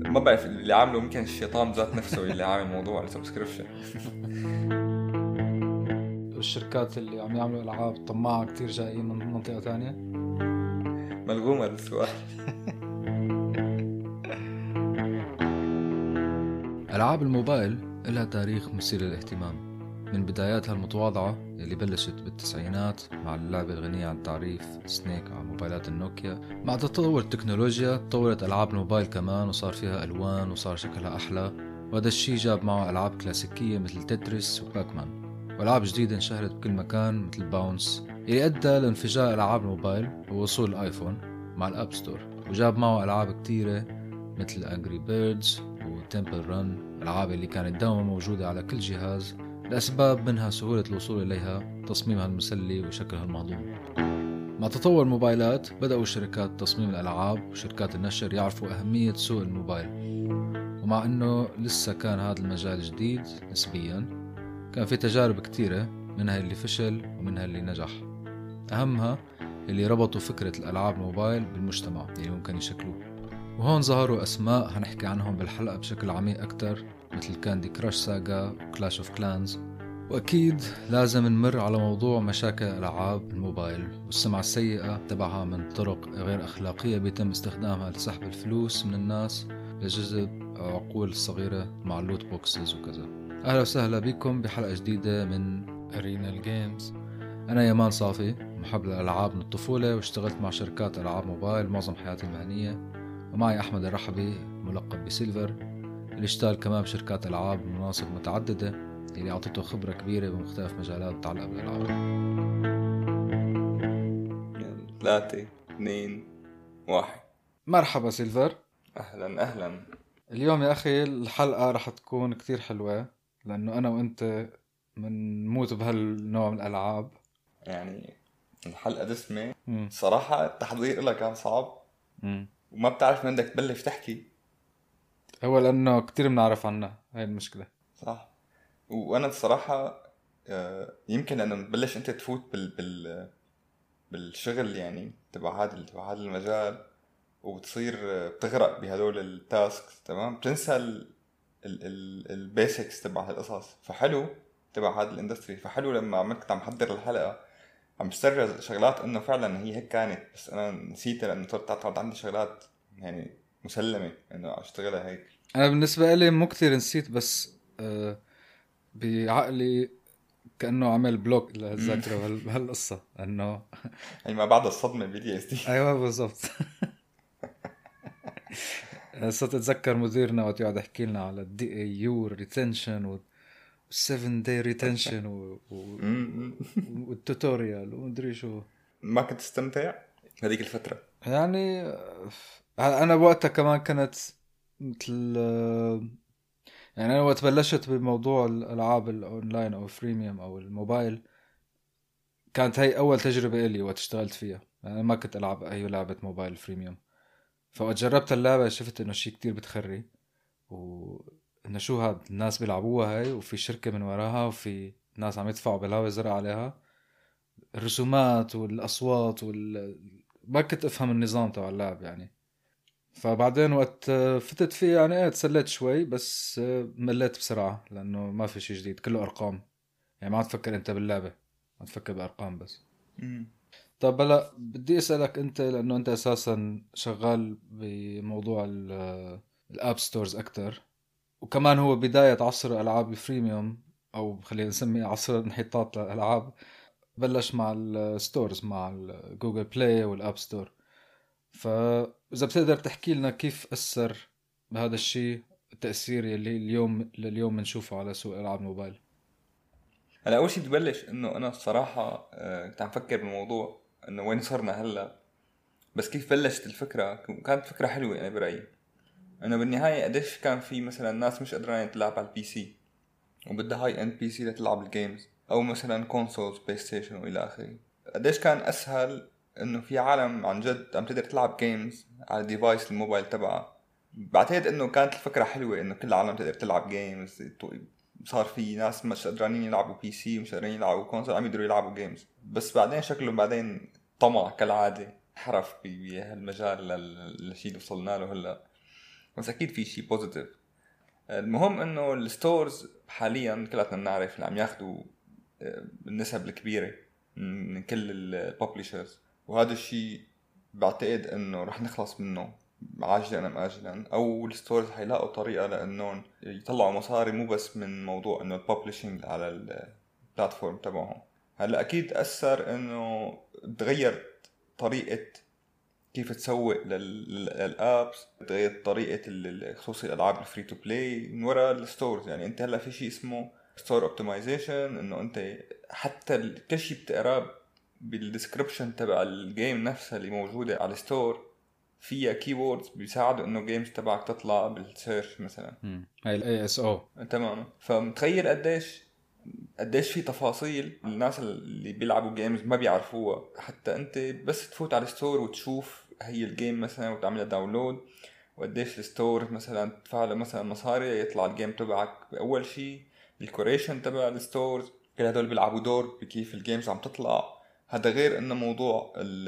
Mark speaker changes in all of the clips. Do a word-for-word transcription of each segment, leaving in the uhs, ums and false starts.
Speaker 1: ما بعرف اللي عامله يمكن الشيطان ذات نفسه اللي عامل موضوع السبسكريبشن.
Speaker 2: والشركات اللي عم يعملوا ألعاب طماعة كتير جايين من منطقة تانية.
Speaker 1: ملغوم هذا السؤال.
Speaker 2: ألعاب الموبايل لها تاريخ مثير للاهتمام، من بداياتها المتواضعة اللي بلشت بالتسعينات مع اللعبة الغنية عن التعريف سنيك على موبايلات النوكيا. مع تطور التكنولوجيا تطورت ألعاب الموبايل كمان وصار فيها ألوان وصار شكلها أحلى، وهذا الشي جاب معه ألعاب كلاسيكية مثل تتريس وباكمان، وألعاب جديدة انشهرت بكل مكان مثل باونس، اللي أدى لانفجار ألعاب الموبايل ووصول الآيفون مع الأب ستور، وجاب معه ألعاب كتيرة مثل أنجري بيردز وتمبل رن، الألعاب اللي كانت دوما موجودة على كل جهاز لأسباب منها سهولة الوصول إليها، تصميمها المسلي وشكلها المهضوم. مع تطور الموبايلات بدأوا شركات تصميم الألعاب وشركات النشر يعرفوا أهمية سوق الموبايل، ومع أنه لسه كان هذا المجال جديد نسبيا كان في تجارب كتيرة، منها اللي فشل ومنها اللي نجح. أهمها اللي ربطوا فكرة الألعاب الموبايل بالمجتمع اللي ممكن يشكلوه، وهون ظهروا أسماء هنحكي عنهم بالحلقة بشكل عميق أكتر مثل كاندي كراش ساغا وكلاش اوف كلانز. وأكيد لازم نمر على موضوع مشاكل ألعاب الموبايل والسمعة السيئة تبعها من طرق غير أخلاقية بيتم استخدامها لسحب الفلوس من الناس لجذب عقول الصغيرة مع اللوت بوكسز وكذا. أهلا وسهلا بكم بحلقة جديدة من أرينا الجيمز. أنا يمان صافي، محب للألعاب من الطفولة، واشتغلت مع شركات ألعاب موبايل معظم حياتي المهنية، ومعي أحمد الرحبي ملقب بسيلفر اللي اشتغل كمان بشركات ألعاب بمناصب متعددة اللي أعطته خبرة كبيرة بمختلف مجالات تتعلق بالألعاب.
Speaker 1: ثلاثة اثنين واحد.
Speaker 2: مرحبا سيلفر.
Speaker 1: أهلا أهلا.
Speaker 2: اليوم يا أخي الحلقة رح تكون كتير حلوة لأنه أنا وأنت منموت بهالنوع من الألعاب.
Speaker 1: يعني الحلقة دسمة
Speaker 2: مم.
Speaker 1: صراحة، التحضير لها كان صعب
Speaker 2: مم.
Speaker 1: وما بتعرف من بدك تبلش تحكي.
Speaker 2: هو لأنه كتير بنعرف عنها، هاي المشكلة.
Speaker 1: صح. وأنا الصراحة يمكن لأنه ببلش أنت تفوت بال بال بالشغل يعني تبع هذا تبع هذا المجال، وبتصير بتغرق بهدول التاسكس، تمام، بتنسى ال ال ال البيسكس تبع هالقصص. فحلو تبع هذا الاندستري، فحلو لما عملت كنت عم حضر الحلقة عم بسترجع شغلات انه فعلا هي هيك كانت، بس انا نسيتها لانه صرت تعرض عندي شغلات يعني مسلمة انه اشتغلها هيك.
Speaker 2: أنا بالنسبة لي مو كتير نسيت، بس آه بعقلي كأنه عمل بلوك للذاكرة بهالقصة انه
Speaker 1: يعني ما بعد الصدمة بالي اس دي.
Speaker 2: ايوه بالضبط. صرت اتذكر مديرنا وقت يقعد يحكي لنا على الدي اي يو ريتنشن و سفن داي ريتنشن والتوتوريال ومدري شو.
Speaker 1: ما كنت استمتع هذيك الفترة
Speaker 2: يعني انا بوقتها كمان كانت مثل، يعني انا وقت بلشت بموضوع الالعاب الاونلاين او فريميوم او الموبايل كانت هي اول تجربة لي وقت اشتغلت فيها. انا ما كنت العب اي لعبة موبايل فريميوم، فوقت جربت اللعبة شفت انه شيء كتير بتخري، وانه شو هاد الناس بيلعبوها هاي وفي شركة من وراها وفي ناس عم يدفعوا بالهواء زرق عليها، الرسومات والاصوات وال... ما كنت افهم النظام تبع اللعب يعني. فبعدين وقت فتت فيه يعني ايه تسليت شوي، بس مليت بسرعة لانه ما في شيء جديد، كله ارقام، يعني ما عم تفكر انت باللعبة، عم تفكر بارقام بس.
Speaker 1: مم.
Speaker 2: طب هلا بدي اسالك انت، لانه انت اساسا شغال بموضوع الاب ستورز اكتر، وكمان هو بدايه عصر العاب الفريميوم، او خلينا نسميه عصر انحطاط للالعاب، بلش مع الستورز مع الجوجل بلاي والاب ستور. فاذا بتقدر تحكي لنا كيف اثر بهذا الشيء التاثير اللي اليوم لليوم بنشوفه على سوق العاب الموبايل؟
Speaker 1: هلا اول شيء ببلش انه انا الصراحة كنت عم فكر بالموضوع انه وين صرنا هلا، بس كيف بلشت الفكرة كانت فكرة حلوة انا برأيي. انه بالنهاية قديش كان في مثلا ناس مش قدرانة تلعب على البي سي وبدها هاي اند بي سي لتلعب الجيمز، او مثلا كونسولز بلاي ستيشن والى اخره. قديش كان اسهل انه في عالم عن جد عم تقدر تلعب جيمز على ديفايس الموبايل تبعها. بعتقد انه كانت الفكرة حلوة انه كل العالم تقدر تلعب جيمز. صار في ناس مش قدرانين يلعبوا بي سي مش قدرانين يلعبوا كونسول عم يقدروا يلعبوا جيمز، بس بعدين شكله بعدين طمع كالعادة حرف بهالمجال للشيء اللي وصلنا له هلا. بس اكيد في شيء بوزيتيف. المهم انه الستورز حاليا كلنا بنعرف اللي عم ياخذوا النسب الكبيره من كل الببلشرز، وهذا الشيء بعتقد انه رح نخلص منه عاجلا ام اجلا، او الستورز حيلاقوا طريقه لانهم يطلعوا مصاري مو بس من موضوع انه الببلشنج على البلاتفورم تبعهم. هلا اكيد اثر انه تغير طريقه كيف تسوق للابس، تغير طريقه خصوصي الالعاب الفري تو بلاي من وراء الستورز. يعني انت هلا في شيء اسمه ستور اوبتمايزيشن، انه انت حتى كل شيء بتقراه بالديسكربشن تبع الجيم نفسها اللي موجوده على الستور فيها كيوردز بيساعدوا انه جيمز تبعك تطلع بالسيرش مثلا.
Speaker 2: امم هاي الاي اس او.
Speaker 1: تمام. فمتخيل قديش قديش في تفاصيل الناس اللي بيلعبوا جيمز ما بيعرفوها. حتى انت بس تفوت على الستور وتشوف هي الجيم مثلا وتعملها داونلود، وقديش الستور مثلا تدفع له مثلا مصاري يطلع الجيم تبعك. اول شيء الكوريشن تبع الستورز كل هدول بيلعبوا دور بكيف الجيمز عم تطلع. هذا غير انه موضوع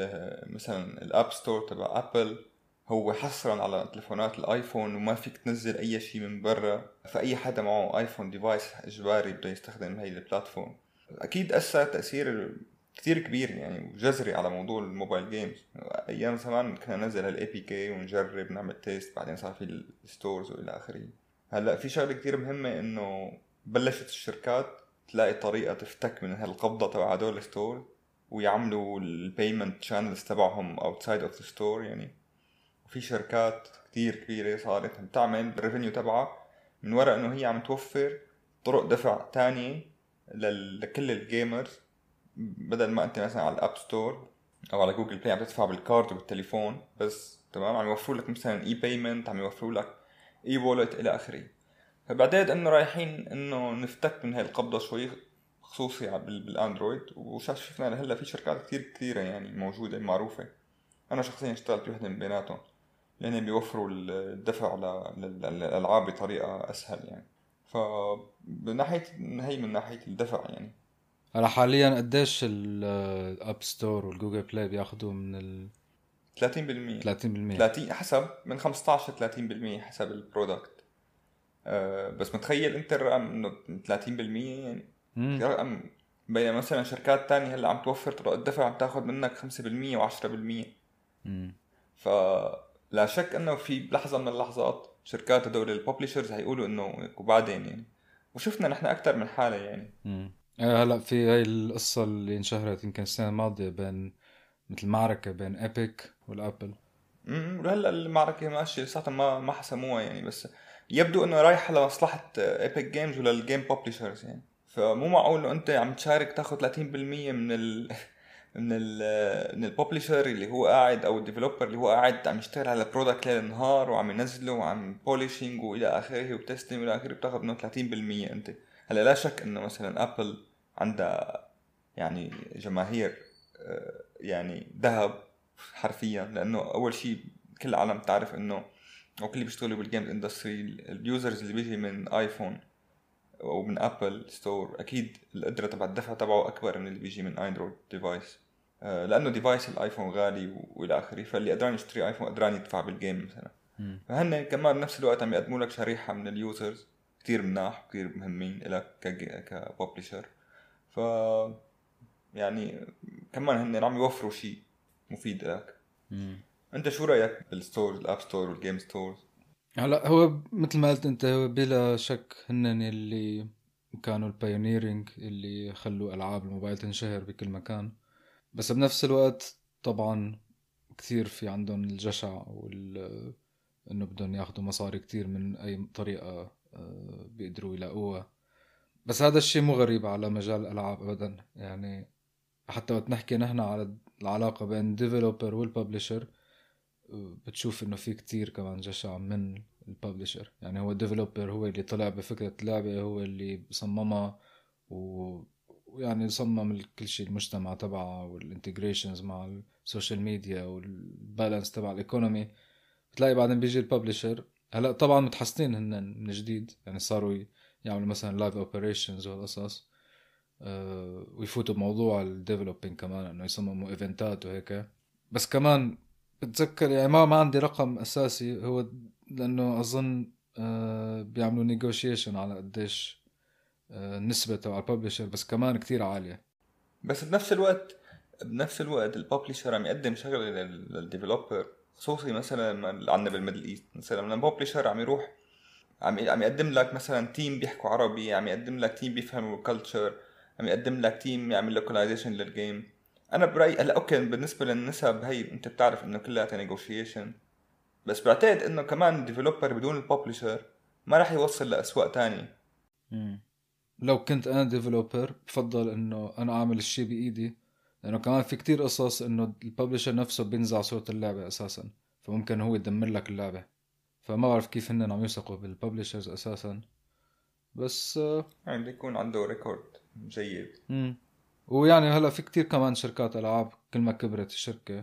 Speaker 1: مثلا الاب ستور تبع ابل هو حصرا على تلفونات الايفون، وما فيك تنزل اي شيء من برا، فاي حدا معه ايفون ديفايس اجباري بده يستخدم هاي البلاتفورم. اكيد اثر تاثير كتير كبير يعني وجذري على موضوع الموبايل جيمز. ايام زمان كنا ننزل هالاي بي كي ونجرب نعمل تيست، بعدين صار في الستورز والى اخره. هلا في شغله كتير مهمه انه بلشت الشركات تلاقي طريقه تفتك من هالقبضه تبع هدول الستور ويعملوا البيمنت شانلز تبعهم اوتسايد اوف ذا ستور. يعني وفي شركات كتير كبيرة صارت عم تعمل الريفينيو تبعها من وراء انه هي عم توفر طرق دفع تانية لكل الجيمرز، بدل ما انت مثلا على الاب ستور او على جوجل بلاي عم تدفع بالكارد وبالتليفون بس. تمام. عم يوفروا لك مثلا اي بيمنت، عم يوفروا لك اي وولت الى اخره. فبعدين انه رايحين انه نفتك من هاي القبضة شوي خصوصي بالاندرويد. وشفنا لهلا في شركات كتير كثيرة يعني موجودة معروفة. انا شخصيا اشتغلت بوحدة من بيناتهم لأن بيوفروا الدفع للألعاب بطريقة أسهل يعني. فبناحية هي من ناحية الدفع يعني.
Speaker 2: هلا حاليا قديش الاب ستور والجوجل بلاي بياخدوا من ال
Speaker 1: ثلاثين بالمية
Speaker 2: ثلاثين بالمية
Speaker 1: ثلاثين حسب من خمستاشر ل ثلاثين بالمية حسب البرودكت. أه بس متخيل انت الرقم انه ثلاثين بالمية يعني
Speaker 2: مم.
Speaker 1: رقم. بينما مثلا شركات تانية هلا عم توفر طرق الدفع عم تاخد منك خمسة بالمية وعشرة بالمية. ف لا شك انه في لحظه من اللحظات شركات هدول الببلشرز هيقولوا انه وبعدين يعني. وشفنا نحن اكثر من حاله يعني.
Speaker 2: امم هلا في هاي القصه اللي انشهرت يمكن السنه الماضيه بين مثل معركه بين ايبك والابل.
Speaker 1: امم وهلا المعركه ماشيه لساتها ما ما حسموها يعني. بس يبدو انه رايح لمصلحه ايبك جيمز ولا الجيم ببلشرز يعني. فمو معقول انه انت عم تشارك تاخذ ثلاثين بالمية من ال من ال من الببلشر اللي هو قاعد او الديفلوبر اللي هو قاعد عم يشتغل على برودكت ليل نهار وعم ينزله وعم بوليشنج والى اخره وتستنج والى اخره، بتاخذ منه ثلاثين بالمية انت. هلا لا شك انه مثلا ابل عندها يعني جماهير يعني ذهب حرفيا. لانه اول شيء كل العالم تعرف انه او كل اللي بيشتغلوا بالجيمز اندستري اليوزرز اللي بيجي من ايفون او من ابل ستور اكيد القدره تبع الدفع تبعه اكبر من اللي بيجي من اندرويد ديفايس. لانه ديفايس الايفون غالي والى اخره، فاللي قدران يشتري ايفون قدران يدفع بالجيم مثلا. فهن كمان بنفس الوقت عم يقدموا لك شريحه من اليوزرز كتير مناح كتير مهمين لك كببلشر. ف يعني كمان هن عم يوفروا شيء مفيد لك.
Speaker 2: مم.
Speaker 1: انت شو رايك بالستورز الاب ستور والجيم ستورز؟
Speaker 2: هلا هو مثل ما قلت انت هو بلا شك هن اللي كانوا البايونيرينج اللي خلوا العاب الموبايل تنشهر بكل مكان. بس بنفس الوقت طبعا كثير في عندهم الجشع وال انه بدهم ياخدوا مصاري كتير من اي طريقة بيقدروا يلاقوها. بس هذا الشيء مو غريب على مجال الالعاب ابدا. يعني حتى وقت نحكي نحن على العلاقة بين الديفلوبر والببلشر بتشوف انه في كتير كمان جشع من الببلشر. يعني هو الديفلوبر هو اللي طلع بفكرة اللعبة، هو اللي صممها و... ويعني صمم كل شيء المجتمع تبعها والانتجريشنز مع السوشيال ميديا والبالانس تبع الايكونومي. بتلاقي بعدين بيجي الببلشر. هلا طبعا متحسنين هن من جديد، يعني صاروا يعملوا مثلا لايف اوبريشنز والقصص أه ويفوتوا بموضوع الديفلوبينج كمان انه يصمموا ايفنتات وهيك. بس كمان بتذكر يعني ما ما عندي رقم اساسي، هو لانه اظن آه بيعملوا نيغوشيشن على قديش آه نسبة تبع الببلشر، بس كمان كتير عالية.
Speaker 1: بس بنفس الوقت بنفس الوقت الببلشر عم يقدم شغله للديفلوبر، خصوصي مثلا ما عندنا بالميدل ايست. مثلا لما الببلشر عم يروح عم عم يقدم لك مثلا تيم بيحكوا عربي، عم يقدم لك تيم بيفهموا الكالتشر، عم يقدم لك تيم يعمل لوكاليزيشن للجيم. انا برايي هلا اوكي بالنسبه للنسب هي انت بتعرف انه كلها نيغوشيشن، بس بعتقد انه كمان الديفلوبر بدون الببلشر ما راح يوصل لاسواق تانية.
Speaker 2: مم. لو كنت انا ديفلوبر بفضل انه انا اعمل الشيء بايدي، لانه كمان في كتير قصص انه الببلشر نفسه بينزع صورة اللعبة اساسا، فممكن هو يدمر لك اللعبة. فما بعرف كيف هن عم يوثقوا بالببلشرز اساسا. بس آه،
Speaker 1: يعني بده يكون عنده ريكورد جيد.
Speaker 2: مم. ويعني هلا في كتير كمان شركات العاب، كل ما كبرت الشركة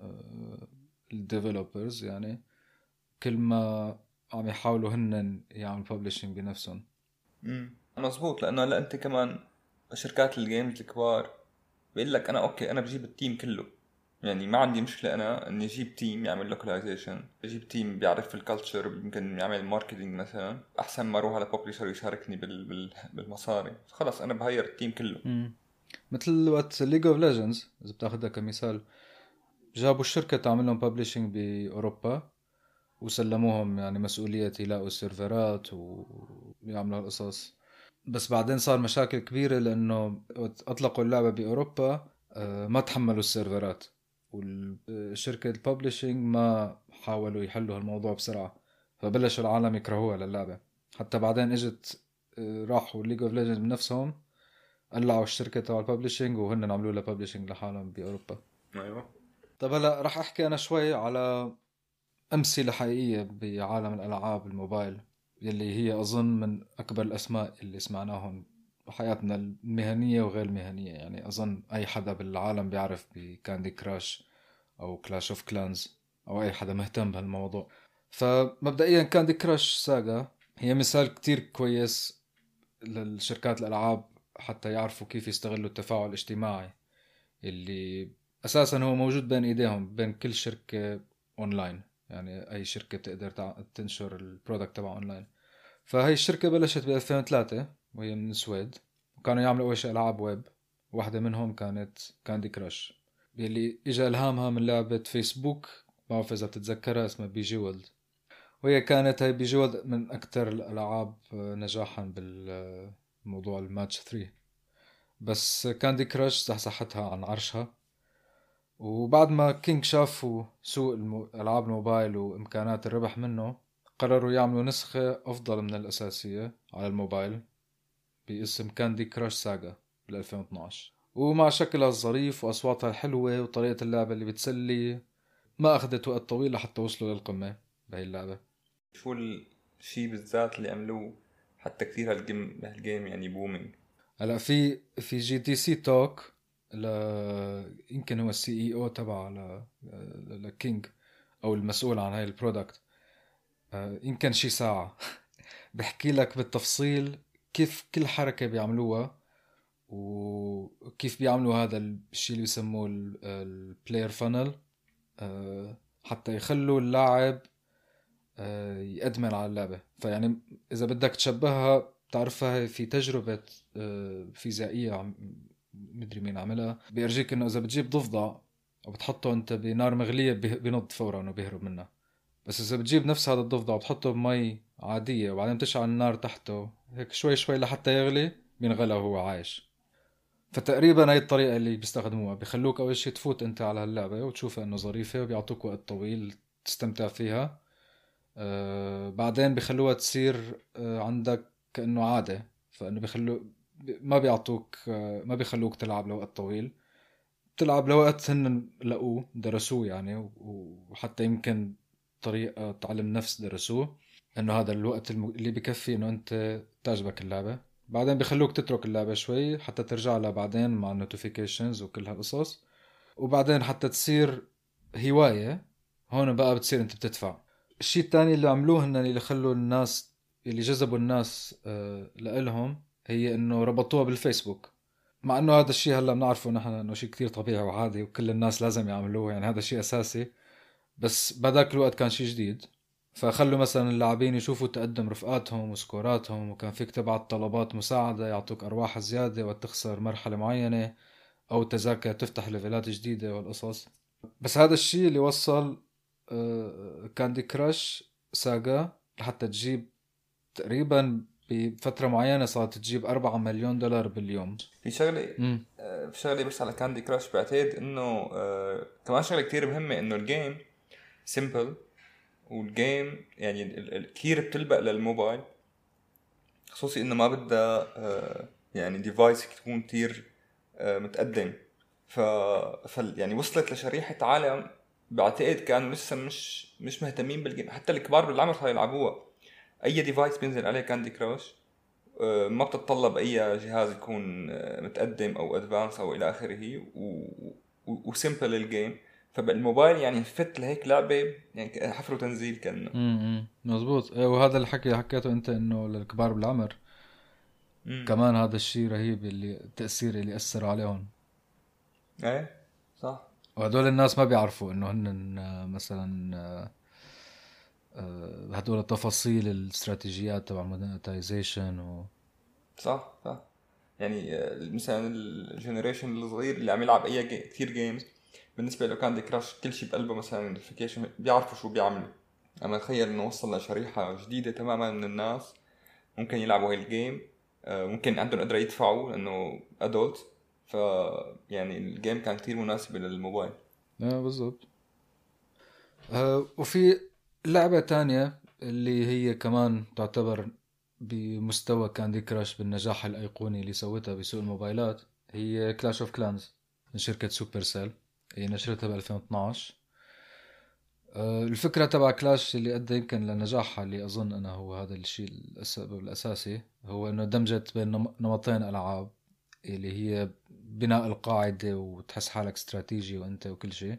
Speaker 2: الديفلوبرز يعني كل ما عم يحاولوا هن يعملوا ببلشنج بنفسهم.
Speaker 1: امم مزبوط، لانه هلا انت كمان شركات الجيمز الكبار بيقول لك انا اوكي انا بجيب التيم كله، يعني ما عندي مشكلة أنا إني أجيب تيم يعمل لوكاليزيشن، أجيب تيم بيعرف في الكالتشر، يمكن يعمل ماركتينج مثلا، أحسن ما أروح على ببلشر يشاركني بال... بال... بالمصاري. خلص أنا بهير التيم كله.
Speaker 2: مم. مثل وقت ليج اوف ليجندز اذا بتاخذها كمثال، جابوا الشركة تعمل لهم ببلشنج بأوروبا وسلموهم يعني مسؤولية يلاقوا السيرفرات ويعملوا هالقصص. بس بعدين صار مشاكل كبيرة لأنه وقت أطلقوا اللعبة بأوروبا آه، ما تحملوا السيرفرات، والشركة الببلشنج ما حاولوا يحلوا هالموضوع بسرعة، فبلشوا العالم يكرهوها للعبة. حتى بعدين اجت آه، راحوا ليج اوف ليجندز بنفسهم قلعوا الشركة تبع الببلشنج وهن عملوا لها ببلشنج لحالهم بأوروبا.
Speaker 1: أيوة.
Speaker 2: طب هلا رح أحكي أنا شوي على أمثلة حقيقية بعالم الألعاب الموبايل يلي هي أظن من أكبر الأسماء اللي سمعناهم بحياتنا المهنية وغير المهنية. يعني أظن أي حدا بالعالم بيعرف بكاندي كراش أو كلاش اوف كلانز، أو أي حدا مهتم بهالموضوع. فمبدئيا كاندي كراش ساغا هي مثال كتير كويس للشركات الألعاب حتى يعرفوا كيف يستغلوا التفاعل الاجتماعي اللي أساسا هو موجود بين إيديهم، بين كل شركة أونلاين. يعني أي شركة بتقدر تنشر البرودكت تبع أونلاين. فهي الشركة بلشت ب ألفين وثلاثة وهي من السويد، وكانوا يعملوا أول شيء ألعاب ويب. واحدة منهم كانت كاندي كراش اللي إجا إلهامها من لعبة فيسبوك، ما بعرف إذا بتتذكرها، اسمها بيجي وولد. وهي كانت هاي بيجي وولد من أكثر الألعاب نجاحا بالموضوع الماتش ثلاثة. بس كاندي كراش زحزحتها عن عرشها. وبعد ما كينج شافوا سوق المو... ألعاب الموبايل وإمكانات الربح منه، قرروا يعملوا نسخة أفضل من الأساسية على الموبايل باسم كاندي كراش ساغا بال ألفين واثناشر. ومع شكلها الظريف وأصواتها الحلوة وطريقة اللعبة اللي بتسلي، ما أخذت وقت طويل لحتى وصلوا للقمة بهي اللعبة.
Speaker 1: شو الشيء بالذات اللي عملوه حتى كثير هالجيم هالجيم يعني بومينج؟
Speaker 2: هلا في في جي تي سي توك ل يمكن هو السي اي او تبع ل... لكينج او المسؤول عن هاي البرودكت، يمكن شي ساعة بحكي لك بالتفصيل كيف كل حركة بيعملوها وكيف بيعملوا هذا الشيء اللي بيسموه البلاير فانل حتى يخلوا اللاعب آه، يأدمن على اللعبة. فيعني إذا بدك تشبهها بتعرفها في تجربة آه، فيزيائية عم مدري مين عملها، بيرجيك إنه إذا بتجيب ضفدع وبتحطه أنت بنار مغلية بينط فورا وبيهرب منها. بس إذا بتجيب نفس هذا الضفدع وبتحطه بمي عادية وبعدين تشعل النار تحته هيك شوي شوي لحتى يغلي، بينغلى وهو عايش. فتقريبا هاي الطريقة اللي بيستخدموها، بيخلوك أول شي تفوت أنت على هاللعبة وتشوفها إنه ظريفة وبيعطوك وقت طويل تستمتع فيها. آه بعدين بيخلوها تصير آه عندك كأنه عادة، فإنه بيخلو ما بيعطوك آه ما بيخلوك تلعب لوقت طويل، بتلعب لوقت هن لقوه درسوه يعني، وحتى يمكن طريقة تعلم نفس درسوه انه هذا الوقت اللي بكفي انه انت تعجبك اللعبة. بعدين بيخلوك تترك اللعبة شوي حتى ترجع لها بعدين مع النوتيفيكيشنز وكل هالقصص، وبعدين حتى تصير هواية. هون بقى بتصير انت بتدفع. الشيء الثاني اللي عملوه هن اللي خلوا الناس، اللي جذبوا الناس آه لإلهم، هي انه ربطوها بالفيسبوك. مع انه هذا الشيء هلا بنعرفه نحن انه شيء كتير طبيعي وعادي وكل الناس لازم يعملوه، يعني هذا شيء اساسي. بس بهذاك الوقت كان شيء جديد. فخلوا مثلا اللاعبين يشوفوا تقدم رفقاتهم وسكوراتهم، وكان فيك تبعت طلبات مساعدة يعطوك أرواح زيادة وتخسر مرحلة معينة، أو تذاكر تفتح ليفلات جديدة والقصص. بس هذا الشيء اللي وصل كاندي كراش ساغا لحتى تجيب تقريبا بفترة معينة صارت تجيب أربعة مليون دولار باليوم.
Speaker 1: في شغله
Speaker 2: مم.
Speaker 1: آه، في شغله بس على كاندي كراش بعتقد انه آه، كمان شغله كتير مهمه انه الجيم سيمبل، والجيم يعني ال- ال- كتير بتلبق للموبايل، خصوصي انه ما بدها آه، يعني ديفايس تكون كتير آه، متقدم. ف... ف يعني وصلت لشريحة عالم بعتقد كانوا لسه مش مش مهتمين بالجيم، حتى الكبار بالعمر صاروا يلعبوها. اي ديفايس بينزل عليه كاندي كراش آه، ما بتتطلب اي جهاز يكون آه، متقدم او ادفانس او الى اخره، و... و... وسيمبل الجيم. فبالموبايل يعني فت لهيك لعبة يعني حفر وتنزيل كأنه.
Speaker 2: امم مزبوط. إيه، وهذا الحكي اللي حكيته انت انه للكبار بالعمر
Speaker 1: امم
Speaker 2: كمان هذا الشيء رهيب، اللي التأثير اللي أثر عليهم.
Speaker 1: ايه صح.
Speaker 2: وهدول الناس ما بيعرفوا انه هن آه، مثلا آه، آه، هدول التفاصيل الاستراتيجيات تبع مونتايزيشن و...
Speaker 1: صح صح. يعني آه، مثلا الجنريشن الصغير اللي عم يلعب اي جي... كثير جيمز، بالنسبه له كاندي كراش كل شيء بقلبه مثلا نوتيفيكيشن بيعرفوا شو بيعملوا. اما تخيل انه وصل لشريحه جديده تماما من الناس ممكن يلعبوا هاي الجيم، آه، ممكن عندهم قدرة يدفعوا لانه ادولت. ف يعني الجيم كان كثير مناسب للموبايل.
Speaker 2: اه بالضبط. آه، وفي لعبة تانية اللي هي كمان تعتبر بمستوى كاندي كراش بالنجاح الأيقوني اللي سوتها بسوق الموبايلات، هي كلاش اوف كلانز من شركة سوبر سيل. هي نشرتها ب ألفين واثناشر. آه، الفكرة تبع كلاش اللي أدى يمكن لنجاحها، اللي أظن أنا هو هذا الشيء السبب الأساسي، هو أنه دمجت بين نم- نمطين ألعاب، اللي هي بناء القاعدة وتحس حالك استراتيجي وأنت وكل شيء،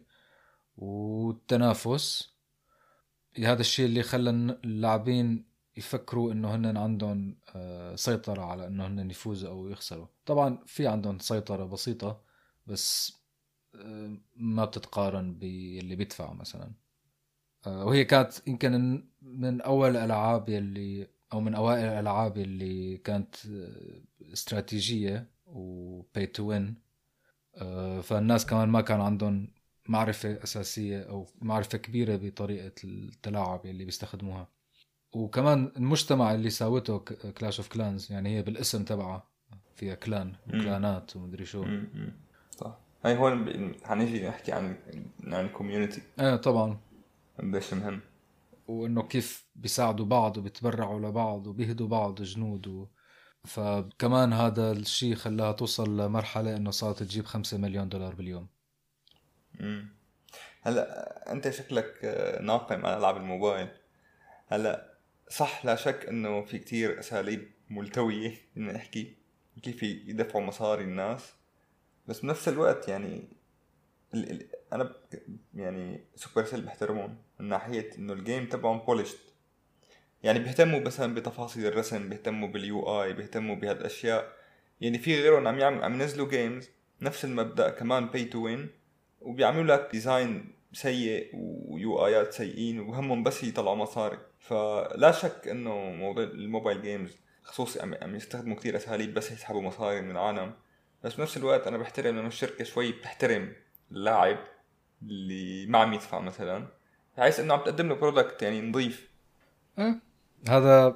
Speaker 2: والتنافس. هذا الشيء اللي خلى اللاعبين يفكروا انه هن عندهم آه، سيطرة على انه هن يفوزوا او يخسروا. طبعا في عندهم سيطرة بسيطة، بس آه، ما بتتقارن باللي بيدفع مثلا. آه، وهي كانت يمكن من اول الالعاب يلي او من اوائل الالعاب اللي كانت آه، استراتيجية وباي تو وين. فالناس كمان ما كان عندهم معرفة أساسية أو معرفة كبيرة بطريقة التلاعب اللي بيستخدموها. وكمان المجتمع اللي ساوته كلاش اوف كلانز، يعني هي بالاسم تبعها فيها كلان
Speaker 1: امم
Speaker 2: وكلانات ومدري شو.
Speaker 1: امم صح. هاي هون ب- حنيجي نحكي عن عن الكوميونتي
Speaker 2: ايه طبعا.
Speaker 1: قديش مهم.
Speaker 2: وانه كيف بيساعدوا بعض وبيتبرعوا لبعض وبيهدوا بعض جنود و... فكمان هذا الشيء خلاها توصل لمرحلة انه صارت تجيب خمسة مليون دولار باليوم.
Speaker 1: امم هلا انت شكلك آه، ناقم على العاب الموبايل. هلا صح، لا شك انه في كتير اساليب ملتوية بدنا نحكي كيف يدفعوا مصاري الناس، بس بنفس الوقت يعني ال ال انا ب... يعني سوبر سيل بحترمهم من ناحية انه الجيم تبعهم بولشت. يعني بيهتموا مثلا بتفاصيل الرسم، بيهتموا باليو اي، بيهتموا بهالاشياء. يعني في غيرهم عم يعمل عم ينزلوا جيمز نفس المبدأ كمان باي تو وين، وبيعملوا لك ديزاين سيء ويو ايات سيئين وهمهم بس يطلعوا مصاري. فلا شك انه موضوع الموبايل جيمز خصوصي عم عم يستخدموا كتير اساليب بس يسحبوا مصاري من العالم. بس بنفس الوقت انا بحترم لما الشركة شوي بتحترم اللاعب اللي ما عم يدفع مثلا، بحيث انه عم تقدم له برودكت يعني نظيف.
Speaker 2: ايه هذا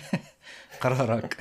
Speaker 2: قرارك.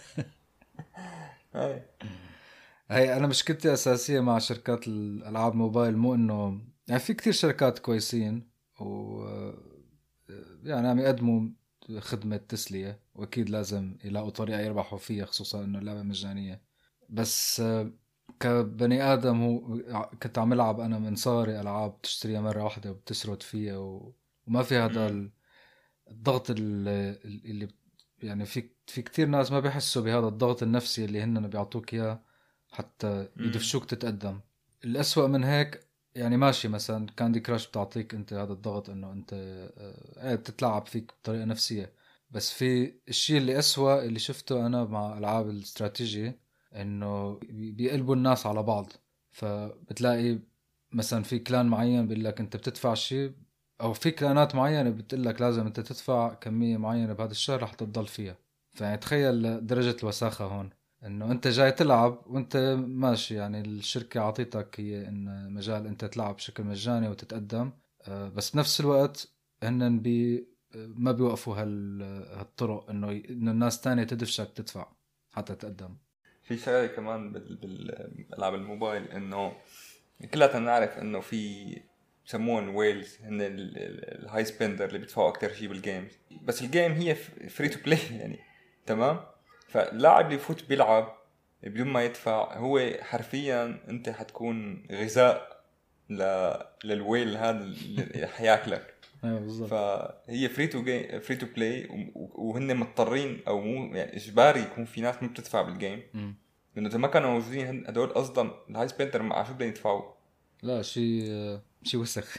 Speaker 1: هاي
Speaker 2: هي انا مشكلتي اساسيه مع شركات الالعاب موبايل، مو انه يعني في كتير شركات كويسين و يعني عم يقدموا خدمه تسليه، واكيد لازم يلاقوا طريقه يربحوا فيها، خصوصا انه اللعبه مجانيه. بس آه، كبني ادم هو كنت عم العب انا من صغري العاب تشتريها مره واحده وبتسرد فيها و... وما في هذا
Speaker 1: امم
Speaker 2: ال- الضغط ال- اللي يعني في في كتير ناس ما بيحسوا بهذا الضغط النفسي اللي هن بيعطوك اياه حتى
Speaker 1: امم
Speaker 2: يدفشوك تتقدم. الأسوأ من هيك يعني ماشي، مثلا كاندي كراش بتعطيك انت هذا الضغط انه انت آه، ايه بتتلعب فيك بطريقة نفسية. بس في الشيء اللي أسوأ اللي شفته انا مع العاب الاستراتيجي، انه بي- بيقلبوا الناس على بعض. فبتلاقي مثلا في كلان معين بيقول لك انت بتدفع شيء او في كلانات معينه بتقول لك لازم انت تدفع كميه معينه بهذا الشهر رح تضل فيها. فيعني تخيل درجه الوساخه هون، انه انت جاي تلعب وانت ماشي، يعني الشركه عطيتك هي ان مجال انت تلعب بشكل مجاني وتتقدم، آه، بس بنفس الوقت هن بي ما بيوقفوا هال هالطرق انه انه الناس تانية تدفشك تدفع حتى تقدم.
Speaker 1: في شغله كمان بال- بالالعاب الموبايل، انه كلنا نعرف انه في بسموهم ويلز، هن الهاي سبندر اللي بيدفعوا اكتر شيء بالجيمز. بس الجيم هي فري تو بلاي يعني، تمام. فاللاعب اللي يفوت بيلعب بدون ما يدفع، هو حرفيا انت حتكون غذاء ل... للويل هذا اللي حياكلك.
Speaker 2: ايوه بالضبط.
Speaker 1: فهي فري تو جيم، فري تو بلاي، وهن مضطرين او مو يعني اجباري يكون في ناس ما بتدفع بالجيم،
Speaker 2: م.
Speaker 1: لانه اذا ما كانوا موجودين هدول اصلا الهاي سبندر مع شو بدهم يدفعوا.
Speaker 2: لا شيء شيء وسخ.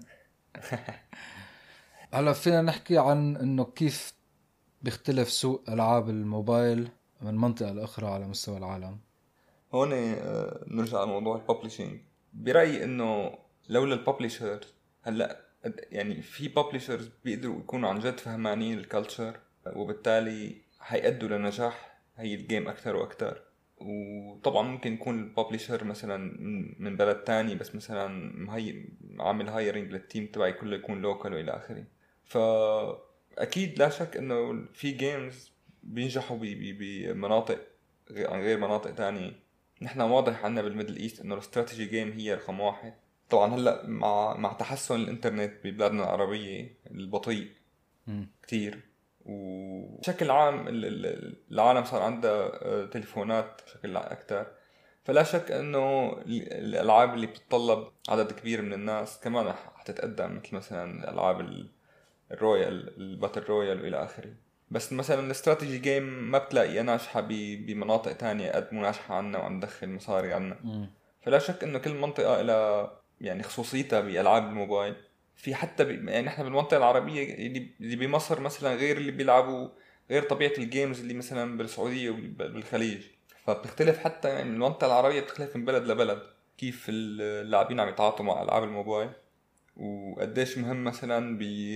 Speaker 2: هلا فينا نحكي عن انه كيف بيختلف سوق العاب الموبايل من منطقة لأخرى على مستوى العالم.
Speaker 1: هون آه، نرجع لموضوع الببلشينج. برأيي انه لولا الببلشر، هلا يعني في ببلشرز بيقدروا يكونوا عن جد فهمانين الكالتشر، وبالتالي حيأدوا لنجاح هي الجيم اكثر واكثر. وطبعا ممكن يكون الببلشر مثلا من- من بلد تاني، بس مثلا مهي عامل هايرنج للتيم تبعي كله يكون لوكال والى اخره. فاكيد لا شك انه في جيمز بينجحوا ب- ب- بمناطق غير- عن غير مناطق تانية. نحن واضح عنا بالميدل ايست انه الاستراتيجي جيم هي رقم واحد. طبعا هلا مع مع تحسن الانترنت ببلادنا العربية البطيء
Speaker 2: م.
Speaker 1: كتير، وبشكل عام ال- ال- العالم صار عندها آه، تليفونات بشكل أكتر. فلا شك أنه ال- الألعاب اللي بتتطلب عدد كبير من الناس كمان رح تتقدم، مثل مثلا الألعاب ال- الرويال، الباتل رويال وإلى آخره. بس مثلا الاستراتيجي جيم ما بتلاقيها ناجحة ب- بمناطق تانية قد مو ناجحة عنا وعم ندخل مصاري عنا.
Speaker 2: م.
Speaker 1: فلا شك انه كل منطقة لها يعني خصوصيتها بألعاب الموبايل. في حتى ب... يعني نحن بالمنطقة العربية اللي اللي بمصر مثلا غير اللي بيلعبوا، غير طبيعة الجيمز اللي مثلا بالسعودية وبالخليج. فبتختلف حتى يعني المنطقة العربية بتختلف من بلد لبلد كيف اللاعبين عم يتعاطوا مع ألعاب الموبايل. وقديش مهم مثلا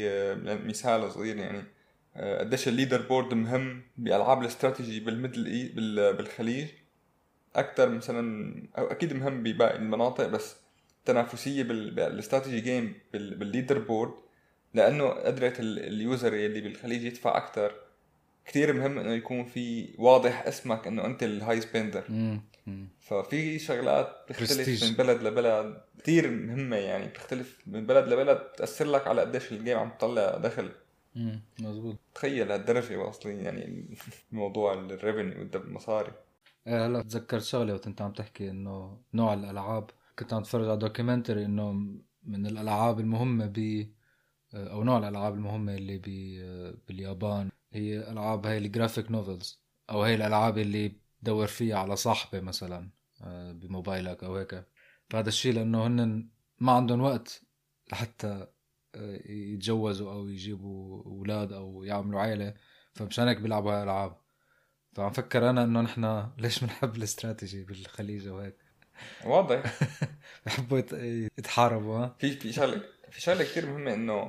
Speaker 1: بمثال صغير يعني، آه، قديش الليدر بورد مهم بألعاب الاستراتيجي بالميدل إي بال- بالخليج اكتر مثلا، او اكيد مهم بباقي المناطق، بس تنافسيه بال- بالاستراتيجي جيم بال- بالليدر بورد، لانه قدرت ال- اليوزر اللي بالخليج يدفع اكتر. كتير مهم انه يكون في واضح اسمك انه انت الهاي سبندر.
Speaker 2: م. م.
Speaker 1: ففي شغلات بتختلف
Speaker 2: برستيج.
Speaker 1: من بلد لبلد كتير مهمة، يعني بتختلف من بلد لبلد، تأثر لك على قديش الجيم عم تطلع دخل.
Speaker 2: م. مزبوط.
Speaker 1: تخيل هالدرجة واصلين يعني موضوع الريفينيو والمصاري.
Speaker 2: إيه هلا تذكرت شغله وانت عم تحكي انه نوع الالعاب، كنت عم اتفرج على دوكيومنتري انه من الالعاب المهمه ب او نوع الالعاب المهمه اللي بي باليابان هي العاب هاي الجرافيك نوفلز، او هاي الالعاب اللي تدور فيها على صاحبه مثلا آه، بموبايلك او هيك. فهذا الشيء لانه هن ما عندهم وقت لحتى آه، يتجوزوا او يجيبوا اولاد او يعملوا عائله، فمشان هيك بيلعبوا هاي الالعاب. فعم فكر انا انه نحن ليش بنحب الاستراتيجي بالخليج وهيك.
Speaker 1: واضح.
Speaker 2: بحبوا يت- يتحاربوا. ها
Speaker 1: في في شغله في شغله كتير مهمه، انه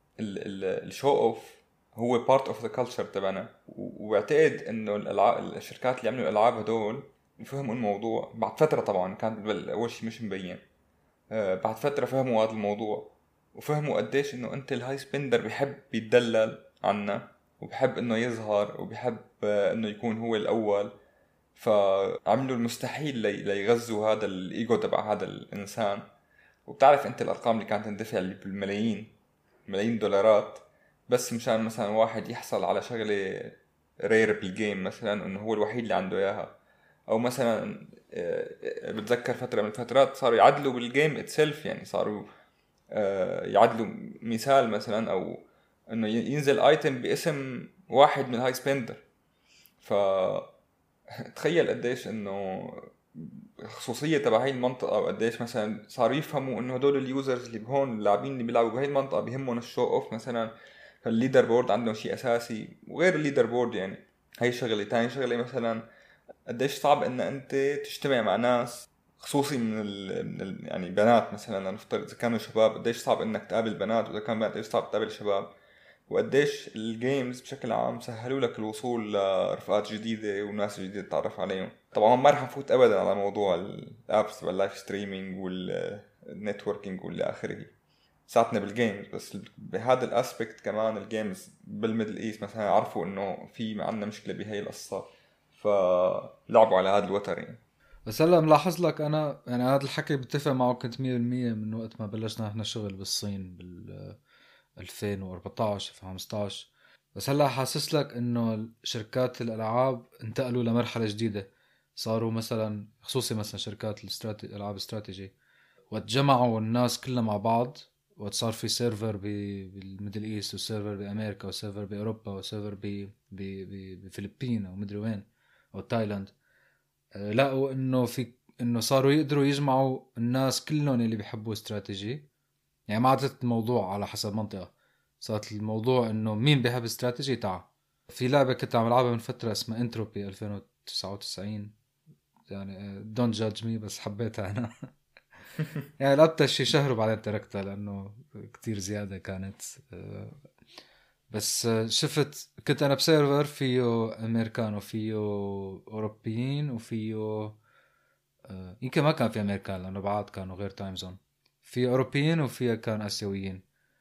Speaker 1: الشو اوف هو بارت اوف ذا كلتشر تبعنا. و- واعتقد انه الالعاب، الشركات اللي عملوا الالعاب هدول فهموا الموضوع بعد فتره. طبعا كان بال- اول شيء مش مبين، آه، بعد فتره فهموا هذا الموضوع، وفهموا قديش انه انت الهاي سبندر بيحب يتدلل عنا، وبحب انه يظهر، وبحب آه، انه يكون هو الاول. فعملوا المستحيل لي- ليغذوا هذا الايجو تبع هذا الانسان. وبتعرف انت الارقام اللي كانت تندفع اللي بالملايين، ملايين دولارات، بس مشان مثلا واحد يحصل على شغلة رير بالجيم، مثلا انه هو الوحيد اللي عنده اياها. او مثلا آه، بتذكر فترة من الفترات صاروا يعدلوا بالجيم اتسلف، يعني صاروا آه، يعدلوا مثال مثلا، او انه ينزل ايتم باسم واحد من الهاي سبندر. ف تخيل قديش انه الخصوصية تبع هاي المنطقة، وقديش مثلا صاروا يفهموا انه هدول اليوزرز اللي بهون، اللاعبين اللي بيلعبوا بهاي المنطقة بيهمهم الشو اوف مثلا. فالليدر بورد عندهم شيء اساسي، وغير الليدر بورد يعني هاي شغلة. تاني شغلة مثلا قديش صعب ان انت تجتمع مع ناس خصوصي من ال... من ال... يعني بنات مثلا، نفترض اذا كانوا شباب قديش صعب انك تقابل بنات، واذا كان بنات قديش صعب تقابل شباب، وقديش الجيمز بشكل عام سهلوا لك الوصول لرفقات جديدة وناس جديدة تتعرف عليهم. طبعا ما رح نفوت ابدا على موضوع الابس واللايف ستريمينج والنتوركينج والى اخره، ساعتنا بالجيمز. بس بهذا الاسبكت كمان الجيمز بالميدل ايست مثلا عرفوا انه في عندنا مشكلة بهي القصة، فلعبوا على هذا الوتر يعني.
Speaker 2: بس هلا ملاحظ لك انا يعني هذا الحكي بتفق معه كنت مية بالمية من وقت ما بلشنا احنا شغل بالصين بال ألفين وأربعتاشر ألفين وخمستاشر. بس هلا حاسس لك انه شركات الالعاب انتقلوا لمرحله جديده. صاروا مثلا خصوصي مثلا شركات الاستراتي... الالعاب استراتيجي، وتجمعوا الناس كلها مع بعض، وصار في سيرفر ب... بالميدل ايست، وسيرفر بامريكا، وسيرفر باوروبا، وسيرفر ب... ب... ب... بفلبين او مدري وين او تايلاند. أه، لقوا انه في انه صاروا يقدروا يجمعوا الناس كلهم اللي بيحبوا استراتيجي. يعني ما عادت الموضوع على حسب منطقة، صارت الموضوع انه مين بيحب استراتيجي تعال. في لعبة كنت عم لعبها من فترة اسمها انتروبي ألفين وتسعة وتسعين، يعني دونت جادج مي، بس حبيتها انا. يعني لعبتها شي شهر وبعدين تركتها لانه كتير زيادة كانت. أه، بس أه، شفت كنت انا بسيرفر فيه امريكان وفيه اوروبيين وفيه أه، يمكن ما كان في امريكان لانه بعد كانوا غير تايم زون. في اوروبيين وفيها كان اسيويين،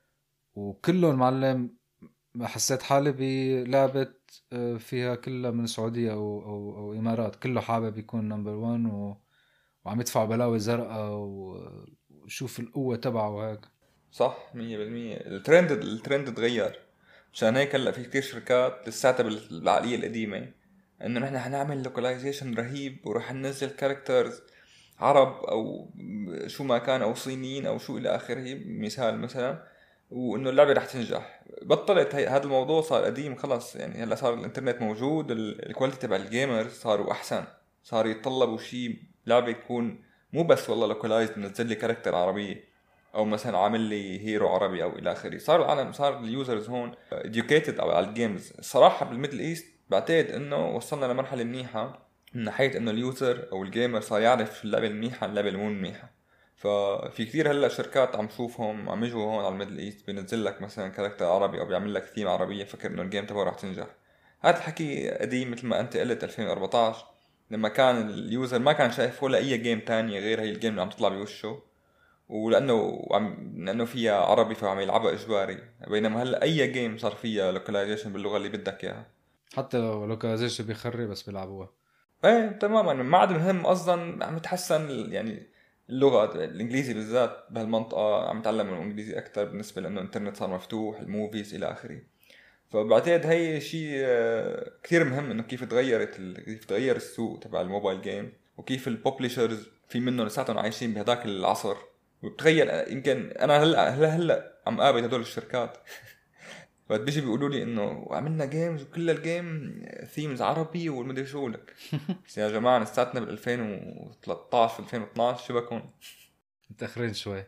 Speaker 2: وكلهم معلم حسيت حالي بلعبة آه، فيها كلها من السعودية أو, أو, أو إمارات، كله حابب يكون نمبر وان و... وعم يدفع بلاوي زرقاء و... وشوف القوة تبعه وهيك.
Speaker 1: صح مية بالمية. الترند الترند تغير، مشان هيك هلا في كتير شركات لساتها بالعقلية القديمة، انه نحن حنعمل لوكاليزيشن رهيب وراح ننزل كاركترز عرب او شو ما كان او صينيين او شو الى اخره مثال مثلا، وانه اللعبة رح تنجح. بطلت هي هذا الموضوع، صار قديم خلص يعني. هلا صار الانترنت موجود، ال- الكواليتي تبع الجيمرز صاروا احسن، صار يتطلبوا شيء لعبة تكون مو بس والله لوكالايزد منزل لي كاركتر عربية او مثلا عامل لي هيرو عربي او الى اخره. صار العالم، صار اليوزرز هون educated على الجيمز. الصراحه بالميدل ايست بعتقد انه وصلنا لمرحله منيحه من ناحيه انه اليوزر او الجيمر صار يعرف اللعبه المنيحه اللعبه المو منيحه. ففي كثير هلا شركات عم شوفهم عم يجوا هون على الميدل ايست بينزل لك مثلا كاركتر عربي او بيعمل لك ثيم عربيه، فكر انه الجيم تبعه راح تنجح. هذا الحكي قديم مثل ما انت قلت ألفين وأربعتاشر، لما كان اليوزر ما كان شايف ولا اي جيم تانية غير هي الجيم اللي عم تطلع بوشه، ولانه عم لانه فيها عربي فعم يلعبها اجباري. بينما هلا اي جيم صار فيها لوكاليزيشن باللغه اللي بدك اياها.
Speaker 2: حتى لو لوكاليزيشن بيخري بس بيلعبوها.
Speaker 1: ايه تماما، ما عاد مهم اصلا. عم يتحسن ال- يعني اللغه الانجليزي بالذات بهالمنطقه عم يتعلم الانجليزي اكثر بالنسبه لانه الانترنت صار مفتوح، الموفيز الى اخره. فبعتقد هي شيء آه، كثير مهم انه كيف تغيرت ال... كيف تغير السوق تبع الموبايل جيم، وكيف الببلشرز في منهم لساتهم عايشين بهداك العصر. وبتخيل يمكن انا هلا هلا هلا عم قابل هدول الشركات وقت بيجي بيقولوا لي انه عملنا جيمز وكل الجيم ثيمز عربي والمدري شو لك. بس يا جماعه لساتنا بال ألفين وثلاثطعش ألفين واثناشر شو بكون.
Speaker 2: متأخرين شوي.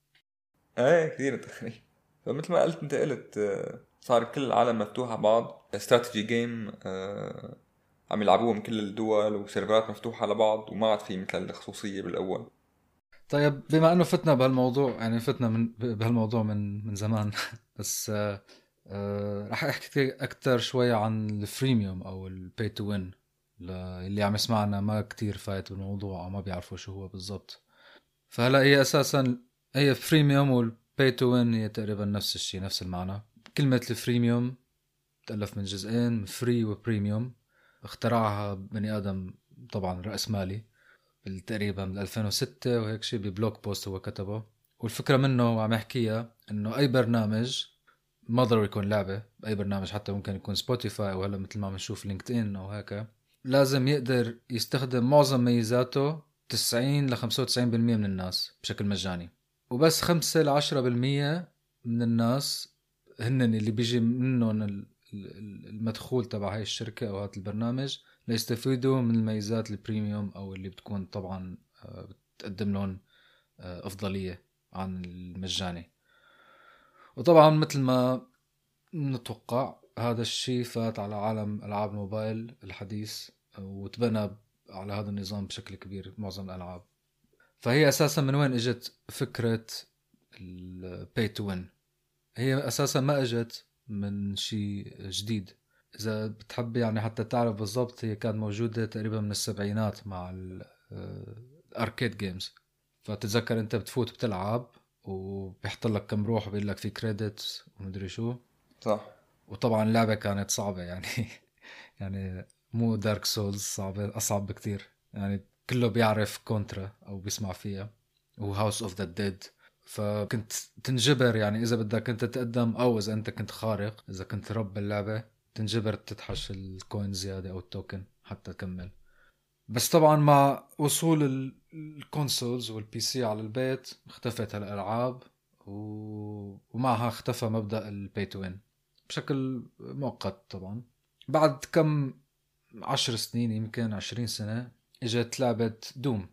Speaker 1: ايه كثير تخريب. فمثل ما قلت انت قلت آه، صار كل العالم مفتوح على بعض، استراتيجي جيم عم يلعبوه من كل الدول وسيرفرات مفتوحة على بعض، وما عاد في مثل الخصوصية بالأول.
Speaker 2: طيب بما انه فتنا بهالموضوع، يعني فتنا من بهالموضوع من من زمان. بس آه آه رح احكي اكثر شوي عن الفريميوم او البي تو وين، اللي عم يسمعنا ما كتير فايت بالموضوع او ما بيعرفوا شو هو بالضبط. فهلا هي اساسا هي فريميوم والبي تو وين هي تقريبا نفس الشيء، نفس المعنى. كلمة الفريميوم تألف من جزئين، فري وبريميوم. اخترعها بني ادم طبعا رأس مالي تقريبا من ألفين وستة وهيك شيء، ببلوك بوست هو كتبه. والفكرة منه وعم يحكيها انه اي برنامج، ما ضروري يكون لعبة، اي برنامج حتى ممكن يكون سبوتيفاي او هلا مثل ما بنشوف لينكدين او هيك، لازم يقدر يستخدم معظم ميزاته تسعين ل خمسة وتسعين بالمية من الناس بشكل مجاني، وبس خمسة ل عشرة بالمية من الناس هن اللي بيجي منهم المدخول تبع هاي الشركة او هذا البرنامج ليستفيدوا من الميزات البريميوم او اللي بتكون طبعا بتقدم لهم افضلية عن المجاني. وطبعا مثل ما نتوقع هذا الشيء فات على عالم العاب الموبايل الحديث، وتبنى على هذا النظام بشكل كبير معظم الالعاب. فهي اساسا من وين اجت فكره البي تو وين؟ هي اساسا ما اجت من شيء جديد. اذا بتحب يعني حتى تعرف بالضبط، هي كانت موجوده تقريبا من السبعينات مع الاركيد جيمز. فتتذكر انت بتفوت بتلعب وبيحط لك كم روح وبيقول لك في كريدت ومدري شو.
Speaker 1: صح.
Speaker 2: وطبعا اللعبه كانت صعبه يعني يعني مو دارك سولز صعبه، اصعب بكتير. يعني كله بيعرف كونترا او بيسمع فيها، وهاوس اوف ذا ديد. فكنت تنجبر يعني اذا بدك انت تقدم، او اذا انت كنت خارق، اذا كنت رب باللعبه تنجبر تتحش الكوين زياده او التوكن حتى تكمل. بس طبعا مع وصول ال- الكونسولز والبي سي على البيت اختفت هالالعاب، و... ومعها اختفى مبدأ البي تو وين بشكل مؤقت. طبعا بعد كم عشر سنين، يمكن عشرين سنة، اجت لعبة دوم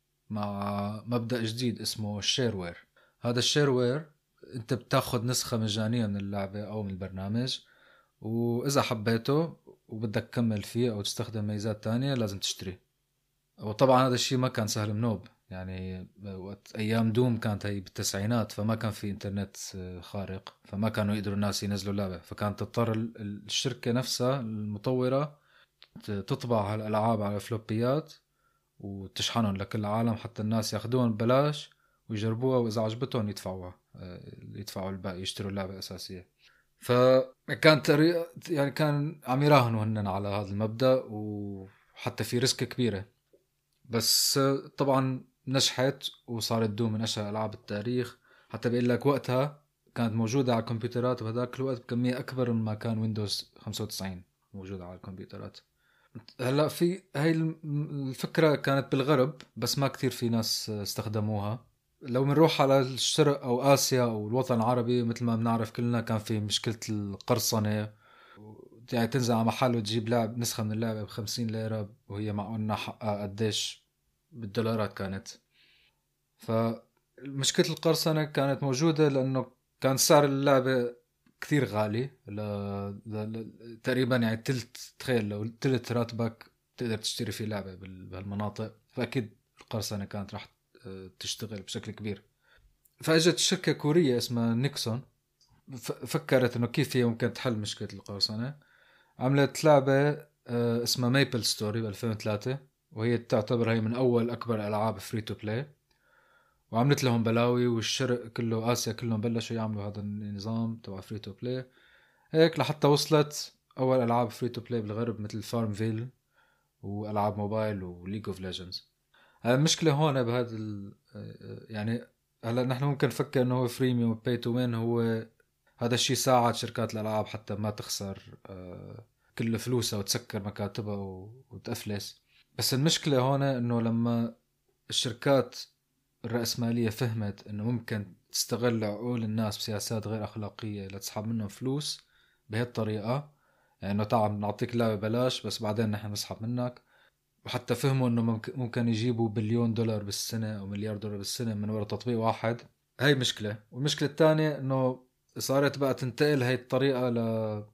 Speaker 2: مع مبدأ جديد اسمه الشيروير. هذا الشيروير انت بتاخد نسخة مجانية من اللعبة او من البرنامج، واذا حبيته وبدك تكمل فيه او تستخدم ميزات تانية لازم تشتري. وطبعا هذا الشيء ما كان سهل منوب، يعني وقت ايام دوم كانت هي بالتسعينات، فما كان في انترنت خارق، فما كانوا يقدروا الناس ينزلوا اللعبة. فكانت تضطر ال- الشركة نفسها المطورة ت- تطبع هالالعاب على فلوبيات وتشحنهم لكل العالم حتى الناس ياخدوهم ببلاش ويجربوها، واذا عجبتهم يدفعوها، آه، يدفعوا الباقي يشتروا اللعبة الاساسية. فكان طريقة يعني كان عم يراهنوا هن على هذا المبدأ، وحتى في ريسك كبيرة. بس طبعا نجحت وصارت دوم من أشهر ألعاب التاريخ. حتى بيقول لك وقتها كانت موجودة على الكمبيوترات بهذاك الوقت بكمية أكبر مما كان ويندوز خمسة وتسعين موجودة على الكمبيوترات. هلا في هاي الفكرة كانت بالغرب بس ما كتير في ناس استخدموها. لو منروح على الشرق أو آسيا أو الوطن العربي، مثل ما بنعرف كلنا كان في مشكلة القرصنة، يعني تنزل على محل وتجيب لعب نسخة من اللعبة بخمسين ليرة وهي معقولنا حقها قديش بالدولارات كانت. فمشكلة القرصنة كانت موجودة لأنه كان سعر اللعبة كثير غالي ل... ل... ل... تقريبا يعني تلت، تخيل لو تلت راتبك تقدر تشتري فيه لعبة بال- بهالمناطق، فأكيد القرصنة كانت راح تشتغل بشكل كبير. فاجت شركة كورية اسمها نيكسون، ف... فكرت انه كيف هي ممكن تحل مشكلة القرصنة. عملت لعبة آه، اسمها ميبل ستوري ب ألفين وثلاثة، وهي تعتبر هي من أول أكبر ألعاب فري تو بلاي. وعملت لهم بلاوي، والشرق كله آسيا كلهم بلشوا يعملوا هذا النظام تبع فري تو بلاي هيك لحتى وصلت أول ألعاب فري تو بلاي بالغرب مثل فارم فيل وألعاب موبايل وليج اوف ليجندز. المشكلة هون بهذا ال... يعني هلا نحن ممكن نفكر انه هو فريميوم باي تو وين، هو هذا الشيء ساعد شركات الألعاب حتى ما تخسر آه، كل فلوسها وتسكر مكاتبها وتأفلس. بس المشكلة هون انه لما الشركات الرأسمالية فهمت انه ممكن تستغل عقول الناس بسياسات غير أخلاقية لتسحب منهم فلوس بهالطريقة، يعني انه تعال نعطيك لعبة بلاش بس بعدين نحن نسحب منك. وحتى فهموا انه ممكن ممكن يجيبوا بليون دولار بالسنة او مليار دولار بالسنة من وراء تطبيق واحد. هاي مشكلة. والمشكلة الثانية انه صارت بقى تنتقل هاي الطريقة ل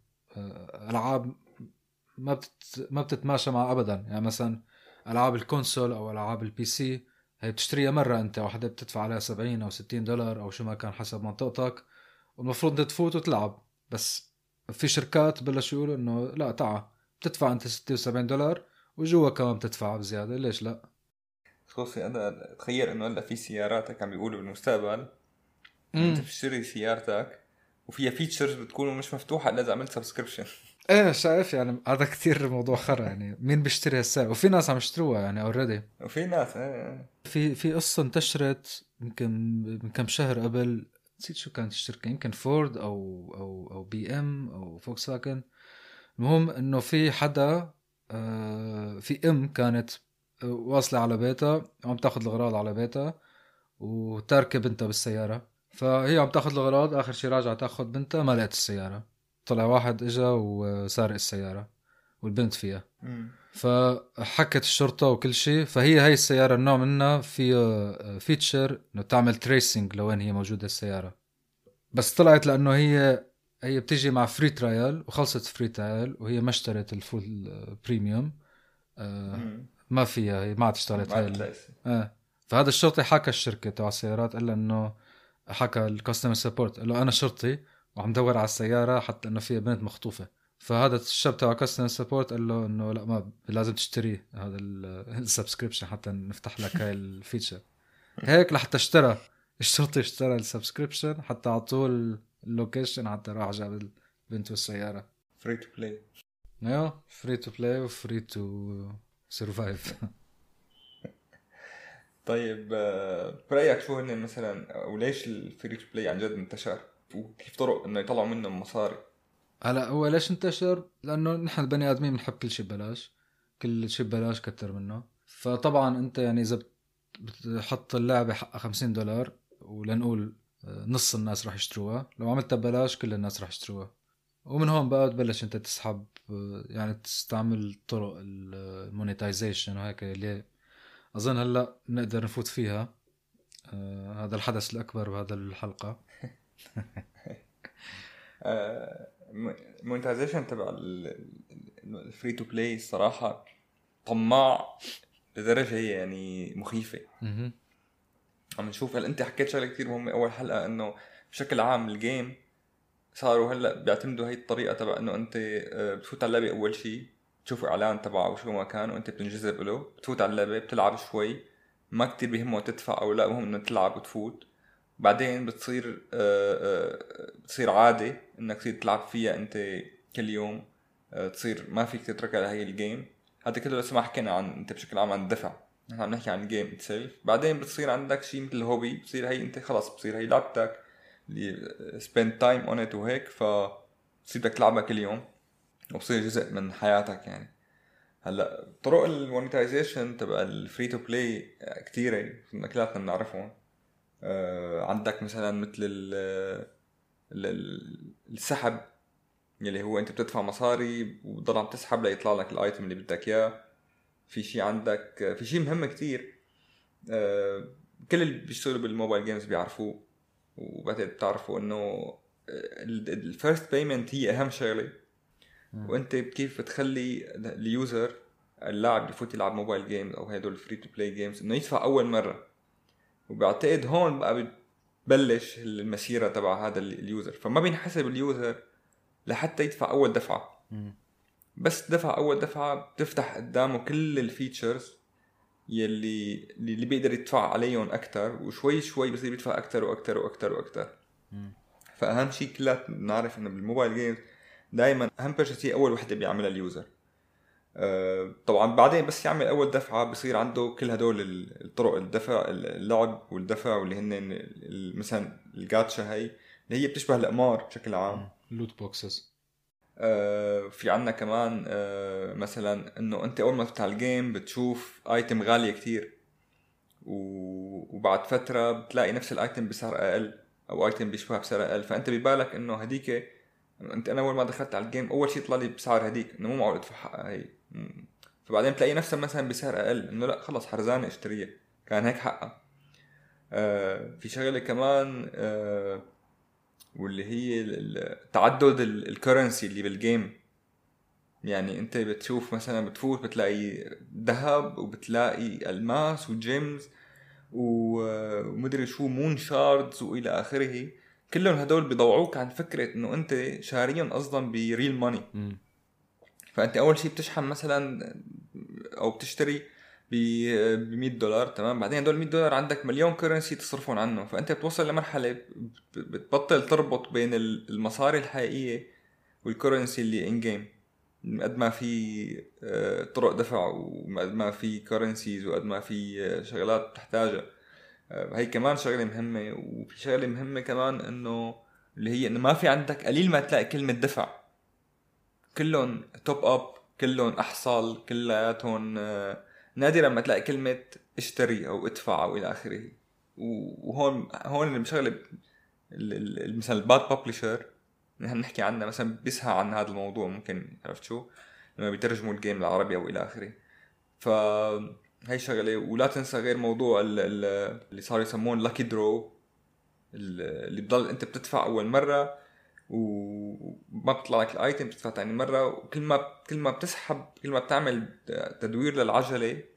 Speaker 2: ألعاب ما بتت... ما بتتماشى مع أبدا. يعني مثلا ألعاب الكونسول أو ألعاب البي سي هي بتشتريها مرة أنت وحدة، بتدفع عليها سبعين أو ستين دولار أو شو ما كان حسب منطقتك، والمفروض تفوت وتلعب. بس في شركات بلشوا يقولوا إنه لا، تعا بتدفع أنت ستين وسبعين دولار وجوا كمان بتدفع بزيادة، ليش لا؟
Speaker 1: خصوصي أنا تخيل إنه هلا في سياراتك عم بيقولوا بالمستقبل إنه أنت
Speaker 2: امم
Speaker 1: بتشتري سيارتك وفيها فيتشرز بتكون مش مفتوحة إلا إذا عملت سبسكريبشن.
Speaker 2: ايه شايف، يعني هذا كتير موضوع خرا. يعني مين بيشتري هالساعة؟ وفي ناس عم يشتروها يعني اوريدي.
Speaker 1: وفي ناس آه،
Speaker 2: في في قصة انتشرت يمكن من كم شهر قبل، نسيت شو كانت الشركة، يمكن فورد او او او بي ام او فوكس واجن. المهم انه في حدا آه، في ام كانت آه، واصلة على بيتها، عم تاخذ الاغراض على بيتها وتاركة بنتها بالسيارة. فهي عم تاخذ الاغراض، اخر شي راجعة تاخذ بنتها ما لقيت السيارة. طلع واحد اجا وسارق السيارة والبنت فيها.
Speaker 1: مم.
Speaker 2: فحكت الشرطة وكل شيء. فهي هاي السيارة النوع منها فيها فيتشر انه تعمل تريسنج لوين هي موجودة السيارة. بس طلعت لانه هي هي بتيجي مع فري ترايل، وخلصت فري ترايل وهي ما اشترت الفول بريميوم. آه
Speaker 1: مم.
Speaker 2: ما فيها، هي ما عاد اشترت
Speaker 1: ما
Speaker 2: هاي
Speaker 1: عاد
Speaker 2: ال...
Speaker 1: تلاقي.
Speaker 2: آه فهذا الشرطي حكى الشركة تبع السيارات قال له انه حكى الكاستمر سبورت قال له انا شرطي وعم دور على السيارة حتى انه فيها بنت مخطوفة. فهذا الشاب تبع كاستمر سبورت قال له انه لا ما لازم تشتريه هذا السبسكريبشن حتى نفتح لك هاي الفيتشر. هيك لحتى اشترى الشرطي اشترى السبسكريبشن حتى عطوه اللوكيشن حتى راح جاب البنت والسيارة.
Speaker 1: فري تو بلاي.
Speaker 2: ايوه فري تو بلاي وفري تو سرفايف.
Speaker 1: طيب برأيك شو هن مثلا وليش الفري تو بلاي عن جد انتشر وكيف طرق انه يطلعوا منه مصاري؟
Speaker 2: هلا هو ليش انتشر؟ لانه نحن البني ادمين بنحب كل شيء ببلاش، كل شيء ببلاش كتر منه. فطبعا انت يعني اذا بتحط اللعبه حقها خمسين دولار ولنقول نص الناس راح يشتروها، لو عملتها ببلاش كل الناس راح يشتروها. ومن هون بقى تبلش انت تسحب يعني تستعمل طرق المونيتايزيشن وهيك اللي اظن هلا نقدر نفوت فيها. آه هذا الحدث الاكبر بهذا الحلقه.
Speaker 1: المونتايزيشن تبع الفري تو بلاي الصراحه طماع لدرجه هي يعني مخيفه. عم نشوف هل انت حكيت شغله كثير مهمه اول حلقه انه بشكل عام الجيم صاروا هلا بيعتمدوا هي الطريقه تبع انه انت بتفوت على اللعبه اول شيء تشوفوا اعلان تبعه وشو ما كان وانت بتنجذب له، بتفوت على اللعبه بتلعب شوي ما كتير بيهمه تدفع او لا، مهم انه تلعب وتفوت. بعدين بتصير بتصير عاده انك تصير تلعب فيها انت كل يوم، تصير ما فيك تتركها لهي الجيم. هذا كله لسه ما حكينا عن انت بشكل عام عن الدفع، نحن عم نحكي عن الجيم اتسلف. بعدين بتصير عندك شيء مثل هوبي، بتصير هي انت خلاص بتصير هي لعبتك اللي spend time on it وهيك، فبتصير بدك تلعبها كل يوم وبصير جزء من حياتك يعني. هلا طرق المونيتايزيشن تبع الفري تو بلاي كثيره كلاتنا بنعرفهم. آه عندك مثلا مثل ال السحب يلي هو انت بتدفع مصاري وضل عم تسحب ليطلع لك الايتم اللي بدك اياه. في شيء عندك في شيء مهم كتير آه كل اللي بيشتغلوا بالموبايل جيمز بيعرفوه وبعتقد بتعرفوا انه الفيرست بيمنت هي اهم شغله. وانت كيف بتخلي اليوزر اللاعب اللي يفوت يلعب موبايل جيمز او هدول الفري تو بلاي جيمز انه يدفع اول مره. وبعتقد هون بقى بتبلش المسيره تبع هذا اليوزر. فما بينحسب اليوزر لحتى يدفع اول دفعه، بس دفع اول دفعه بتفتح قدامه كل الفيتشرز يلي اللي بيقدر يدفع عليهم اكثر، وشوي شوي بصير يدفع اكثر واكثر واكثر واكثر. فاهم شيء كلنا بنعرف انه بالموبايل جيمز دائما اهم بيرشيز هي اول وحده بيعملها اليوزر. أه طبعا بعدين بس يعمل اول دفعه بصير عنده كل هدول الطرق الدفع اللعب والدفع واللي هن مثلا الجاتشا هي اللي هي بتشبه القمار بشكل عام،
Speaker 2: لوت بوكسز.
Speaker 1: أه في عنا كمان أه مثلا انه انت اول ما تفتح الجيم بتشوف ايتم غاليه كتير وبعد فتره بتلاقي نفس الايتم بسعر اقل او ايتم بيشبهها بسعر اقل. فانت ببالك انه هديك انت انا اول ما دخلت على الجيم اول شيء طلع لي بسعر هديك انه مو معقول ادفع حقها هي. فبعدين تلاقي نفسها مثلا بسعر اقل انه لا خلص حرزانه اشتريها كان هيك حقها. آه في شغله كمان آه واللي هي تعدد الكرنسي اللي بالجيم. يعني انت بتشوف مثلا بتفوت بتلاقي ذهب وبتلاقي الماس وجيمز ومدري شو مون شاردز والى اخره. كلهم هدول بيضوعوك عن فكرة انه انت شاريهم اصلا بريل ماني. فانت اول شيء بتشحن مثلا او بتشتري ب مية دولار تمام، بعدين هدول مية دولار عندك مليون كرنسي تصرفون عنه. فانت بتوصل لمرحلة بتبطل تربط بين المصاري الحقيقية والكرنسي اللي ان جيم. قد ما في طرق دفع وقد ما في كرنسيز وقد ما في شغلات بتحتاجها. هي كمان شغله مهمه. وفي شغله مهمه كمان انه اللي هي انه ما في عندك قليل ما تلاقي كلمه دفع، كلهم توب اب كلهم احصل كلياتهم. نادرا ما تلاقي كلمه اشتري او ادفع او الى اخره. وهون هون المشغله مثلا الباد ببلشر نحن نحكي عنه مثلا بيسهى عن هذا الموضوع ممكن عرفت شو لما بيترجموا الجيم العربي او الى اخره. ف هاي شغله. ولا تنسى غير موضوع اللي صار يسمون لاكي درو اللي بضل انت بتدفع اول مره وما بتطلع لك الايتم، بتدفع ثاني مره وكل ما كل ما بتسحب كل ما بتعمل تدوير للعجله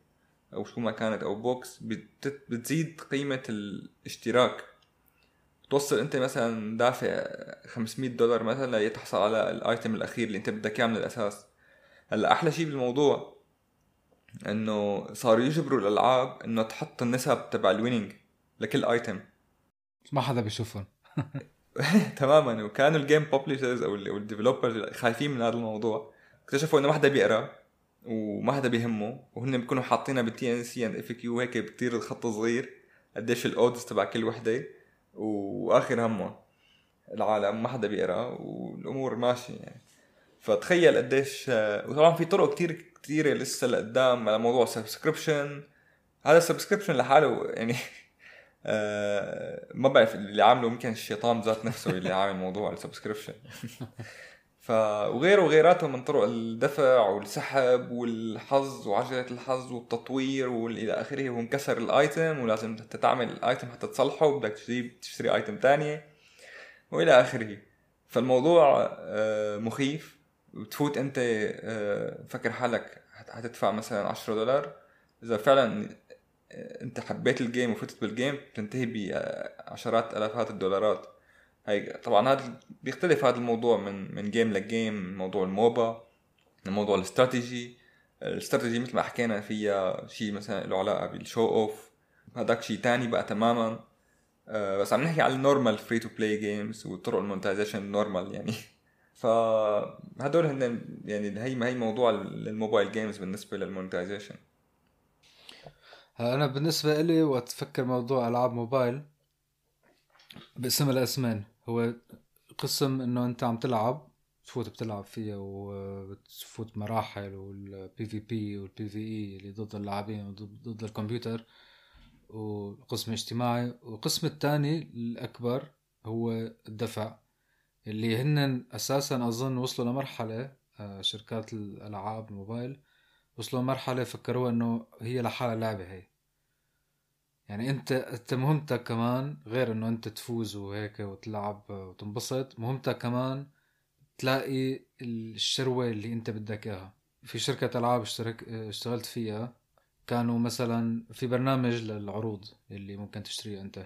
Speaker 1: او شو ما كانت او بوكس بت- بتزيد قيمة الاشتراك. توصل انت مثلا دافع خمسمية دولار مثلا لتحصل على الايتم الاخير اللي انت بدك اياه من الاساس. هلا احلى شيء بالموضوع انه صاروا يجبروا الالعاب انه تحط النسب تبع الويننج لكل ايتم.
Speaker 2: ما حدا بيشوفهم.
Speaker 1: تماما. وكانوا الجيم ببلشرز او الديفلوبرز خايفين من هذا الموضوع. اكتشفوا انه ما حدا بيقرا وما حدا بيهمه، وهن بيكونوا حاطينها بالتي ان سي اند اف كيو هيك بكتير الخط صغير قديش الاودز تبع كل وحده، واخر همه العالم ما حدا بيقرا والامور ماشيه يعني. فتخيل قديش. وطبعا في طرق كتير كتيره لسه لقدام على موضوع السبسكريبشن. هذا السبسكريبشن لحاله يعني آه ما بعرف اللي عامله، يمكن الشيطان ذات نفسه اللي عامل موضوع السبسكريبشن. ف وغيره وغيراته من طرق الدفع والسحب والحظ وعجلة الحظ والتطوير والى اخره. وانكسر الايتم ولازم تتعمل الايتم حتى تصلحه، وبدك تجيب تشتري ايتم تانية والى اخره. فالموضوع آه مخيف. وتفوت انت آه فكر حالك هتدفع مثلا عشرة دولار، اذا فعلا انت حبيت الجيم وفتت بالجيم بتنتهي بعشرات الافات الدولارات. هاي طبعا هذا بيختلف هذا الموضوع من من جيم لجيم. من موضوع الموبا، من موضوع الاستراتيجي. الاستراتيجي مثل ما حكينا فيها شيء مثلا له علاقه بالشو اوف، هذاك شيء تاني بقى تماما. أه بس عم نحكي على النورمال فري تو بلاي جيمز وطرق المونتايزيشن النورمال يعني. فهدول هن يعني هي ما هي موضوع الموبايل جيمز بالنسبه للمونتايزيشن.
Speaker 2: انا بالنسبه لي وقت افكر موضوع العاب موبايل بقسمها لاسمين. هو قسم انه انت عم تلعب، تفوت بتلعب فيها وبتفوت مراحل، والبي في بي والبي في اي اللي ضد اللاعبين وضد الكمبيوتر، وقسم اجتماعي. والقسم الثاني الاكبر هو الدفع، اللي هن اساسا اظن وصلوا لمرحله شركات الالعاب الموبايل وصلوا لمرحله فكروها انه هي لحالها لعبه. هي يعني انت انت مهمتك كمان غير انه انت تفوز وهيك وتلعب وتنبسط، مهمتك كمان تلاقي الشروة اللي انت بدك اياها. في شركة العاب اشترك اشتغلت فيها، كانوا مثلا في برنامج للعروض اللي ممكن تشتريها انت.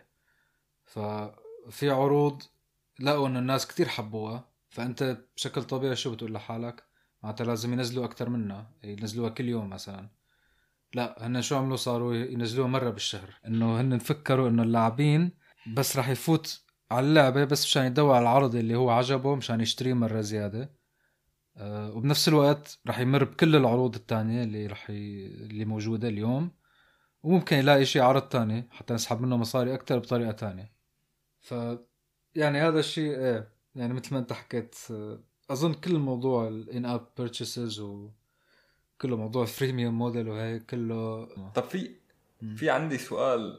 Speaker 2: ففي عروض لقوا انه الناس كتير حبوها، فانت بشكل طبيعي شو بتقول لحالك؟ معناتها لازم ينزلوا اكتر منها، ينزلوها كل يوم مثلا. لا، هن شو عملوا؟ صاروا ينزلوها مرة بالشهر. انه هن فكروا انه اللاعبين بس راح يفوت على اللعبة بس مشان يدور على العرض اللي هو عجبه مشان يشتريه مرة زيادة. أه وبنفس الوقت راح يمر بكل العروض التانية اللي راح ي... اللي موجودة اليوم، وممكن يلاقي شيء عرض تاني حتى نسحب منه مصاري اكتر بطريقة تانية. ف يعني هذا الشيء ايه، يعني مثل ما انت حكيت، اظن كل الموضوع الان اب بيرتشيسز و كله موضوع فريميوم موديل وهيك كله.
Speaker 1: طب في في عندي سؤال.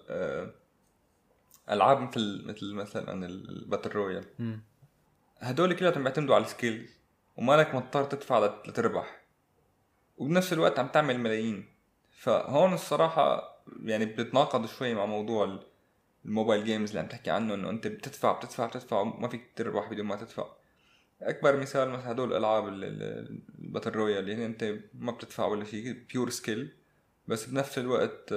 Speaker 1: العاب مثل مثل مثلا الباتل رويال، هدول كلهم بيعتمدوا على السكيل ومالك مضطر تدفع لتربح، وبنفس الوقت عم تعمل ملايين. فهون الصراحة يعني بتناقض شوي مع موضوع الموبايل جيمز اللي عم تحكي عنه، انه انت بتدفع بتدفع بتدفع وما فيك تربح بدون ما تدفع. اكبر مثال مثلا هدول الالعاب الباتل رويال اللي يعني انت ما بتدفع ولا شيء، بيور سكيل، بس بنفس الوقت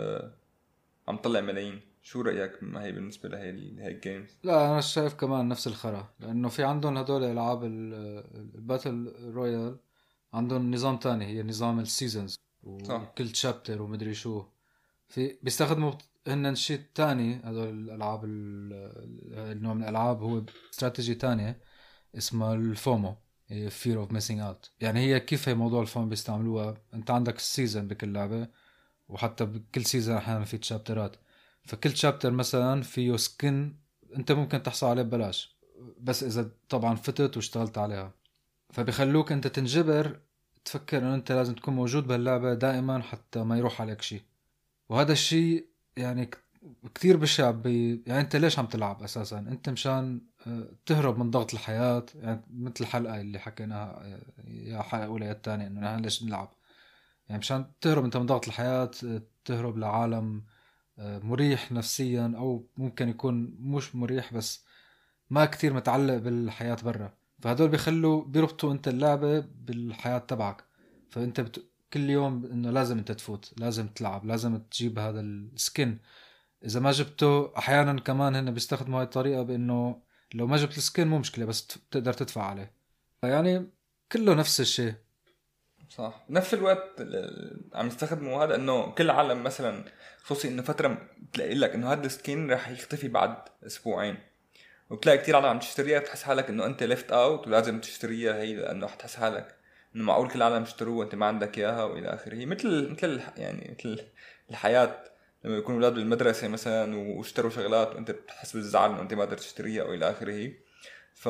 Speaker 1: عم طلع ملايين. شو رأيك ما هي بالنسبة لهي هاي الجيمز؟
Speaker 2: لا انا شايف كمان نفس الخرا، لانه في عندهم هدول العاب الباتل رويال عندهم نظام تاني، هي نظام السيزونز وكل تشابتر ومدري شو. في بيستخدموا هن شيء تاني. هدول الالعاب النوع من الالعاب هو استراتيجي تانية اسمها الفومو، هي fear of missing out. يعني هي كيف هي موضوع الفومو بيستعملوها؟ انت عندك السيزون بكل لعبة، وحتى بكل سيزون احيانا في تشابترات، فكل شابتر مثلا فيه سكن انت ممكن تحصل عليه ببلاش بس اذا طبعا فتت واشتغلت عليها. فبيخلوك انت تنجبر تفكر انه انت لازم تكون موجود باللعبة دائما حتى ما يروح عليك شيء. وهذا الشيء يعني كتير بشع بي... يعني انت ليش عم تلعب اساسا؟ انت مشان تهرب من ضغط الحياة، يعني مثل الحلقة اللي حكيناها يا حلقة اولى يا الثانية انه نحن ليش نلعب، يعني مشان تهرب انت من ضغط الحياة، تهرب لعالم مريح نفسيا او ممكن يكون مش مريح بس ما كتير متعلق بالحياة برا. فهدول بيخلوا بيربطوا انت اللعبة بالحياة تبعك، فانت بت... كل يوم انه لازم انت تفوت، لازم تلعب، لازم تجيب هذا السكن. اذا ما جبته احيانا كمان هن بيستخدموا هاي الطريقه بانه لو ما جبت السكن مو مشكله بس تقدر تدفع عليه. يعني كله نفس الشيء.
Speaker 1: صح. نفس الوقت عم يستخدموا هذا انه كل عالم مثلا خصوصي انه فتره بتلاقي لك انه هذا السكين رح يختفي بعد اسبوعين، وبتلاقي كتير عالم عم تشتريها بتحس حالك انه انت ليفت اوت ولازم تشتريها هي، لانه حتحس حالك انه معقول كل العالم يشتروها وانت ما عندك اياها والى اخره. مثل مثل يعني مثل الحياه لما يكونوا اولاد بالمدرسه مثلا واشتروا شغلات وانت بتحس بالزعل انه انت ما قدرت تشتريها والى اخره. ف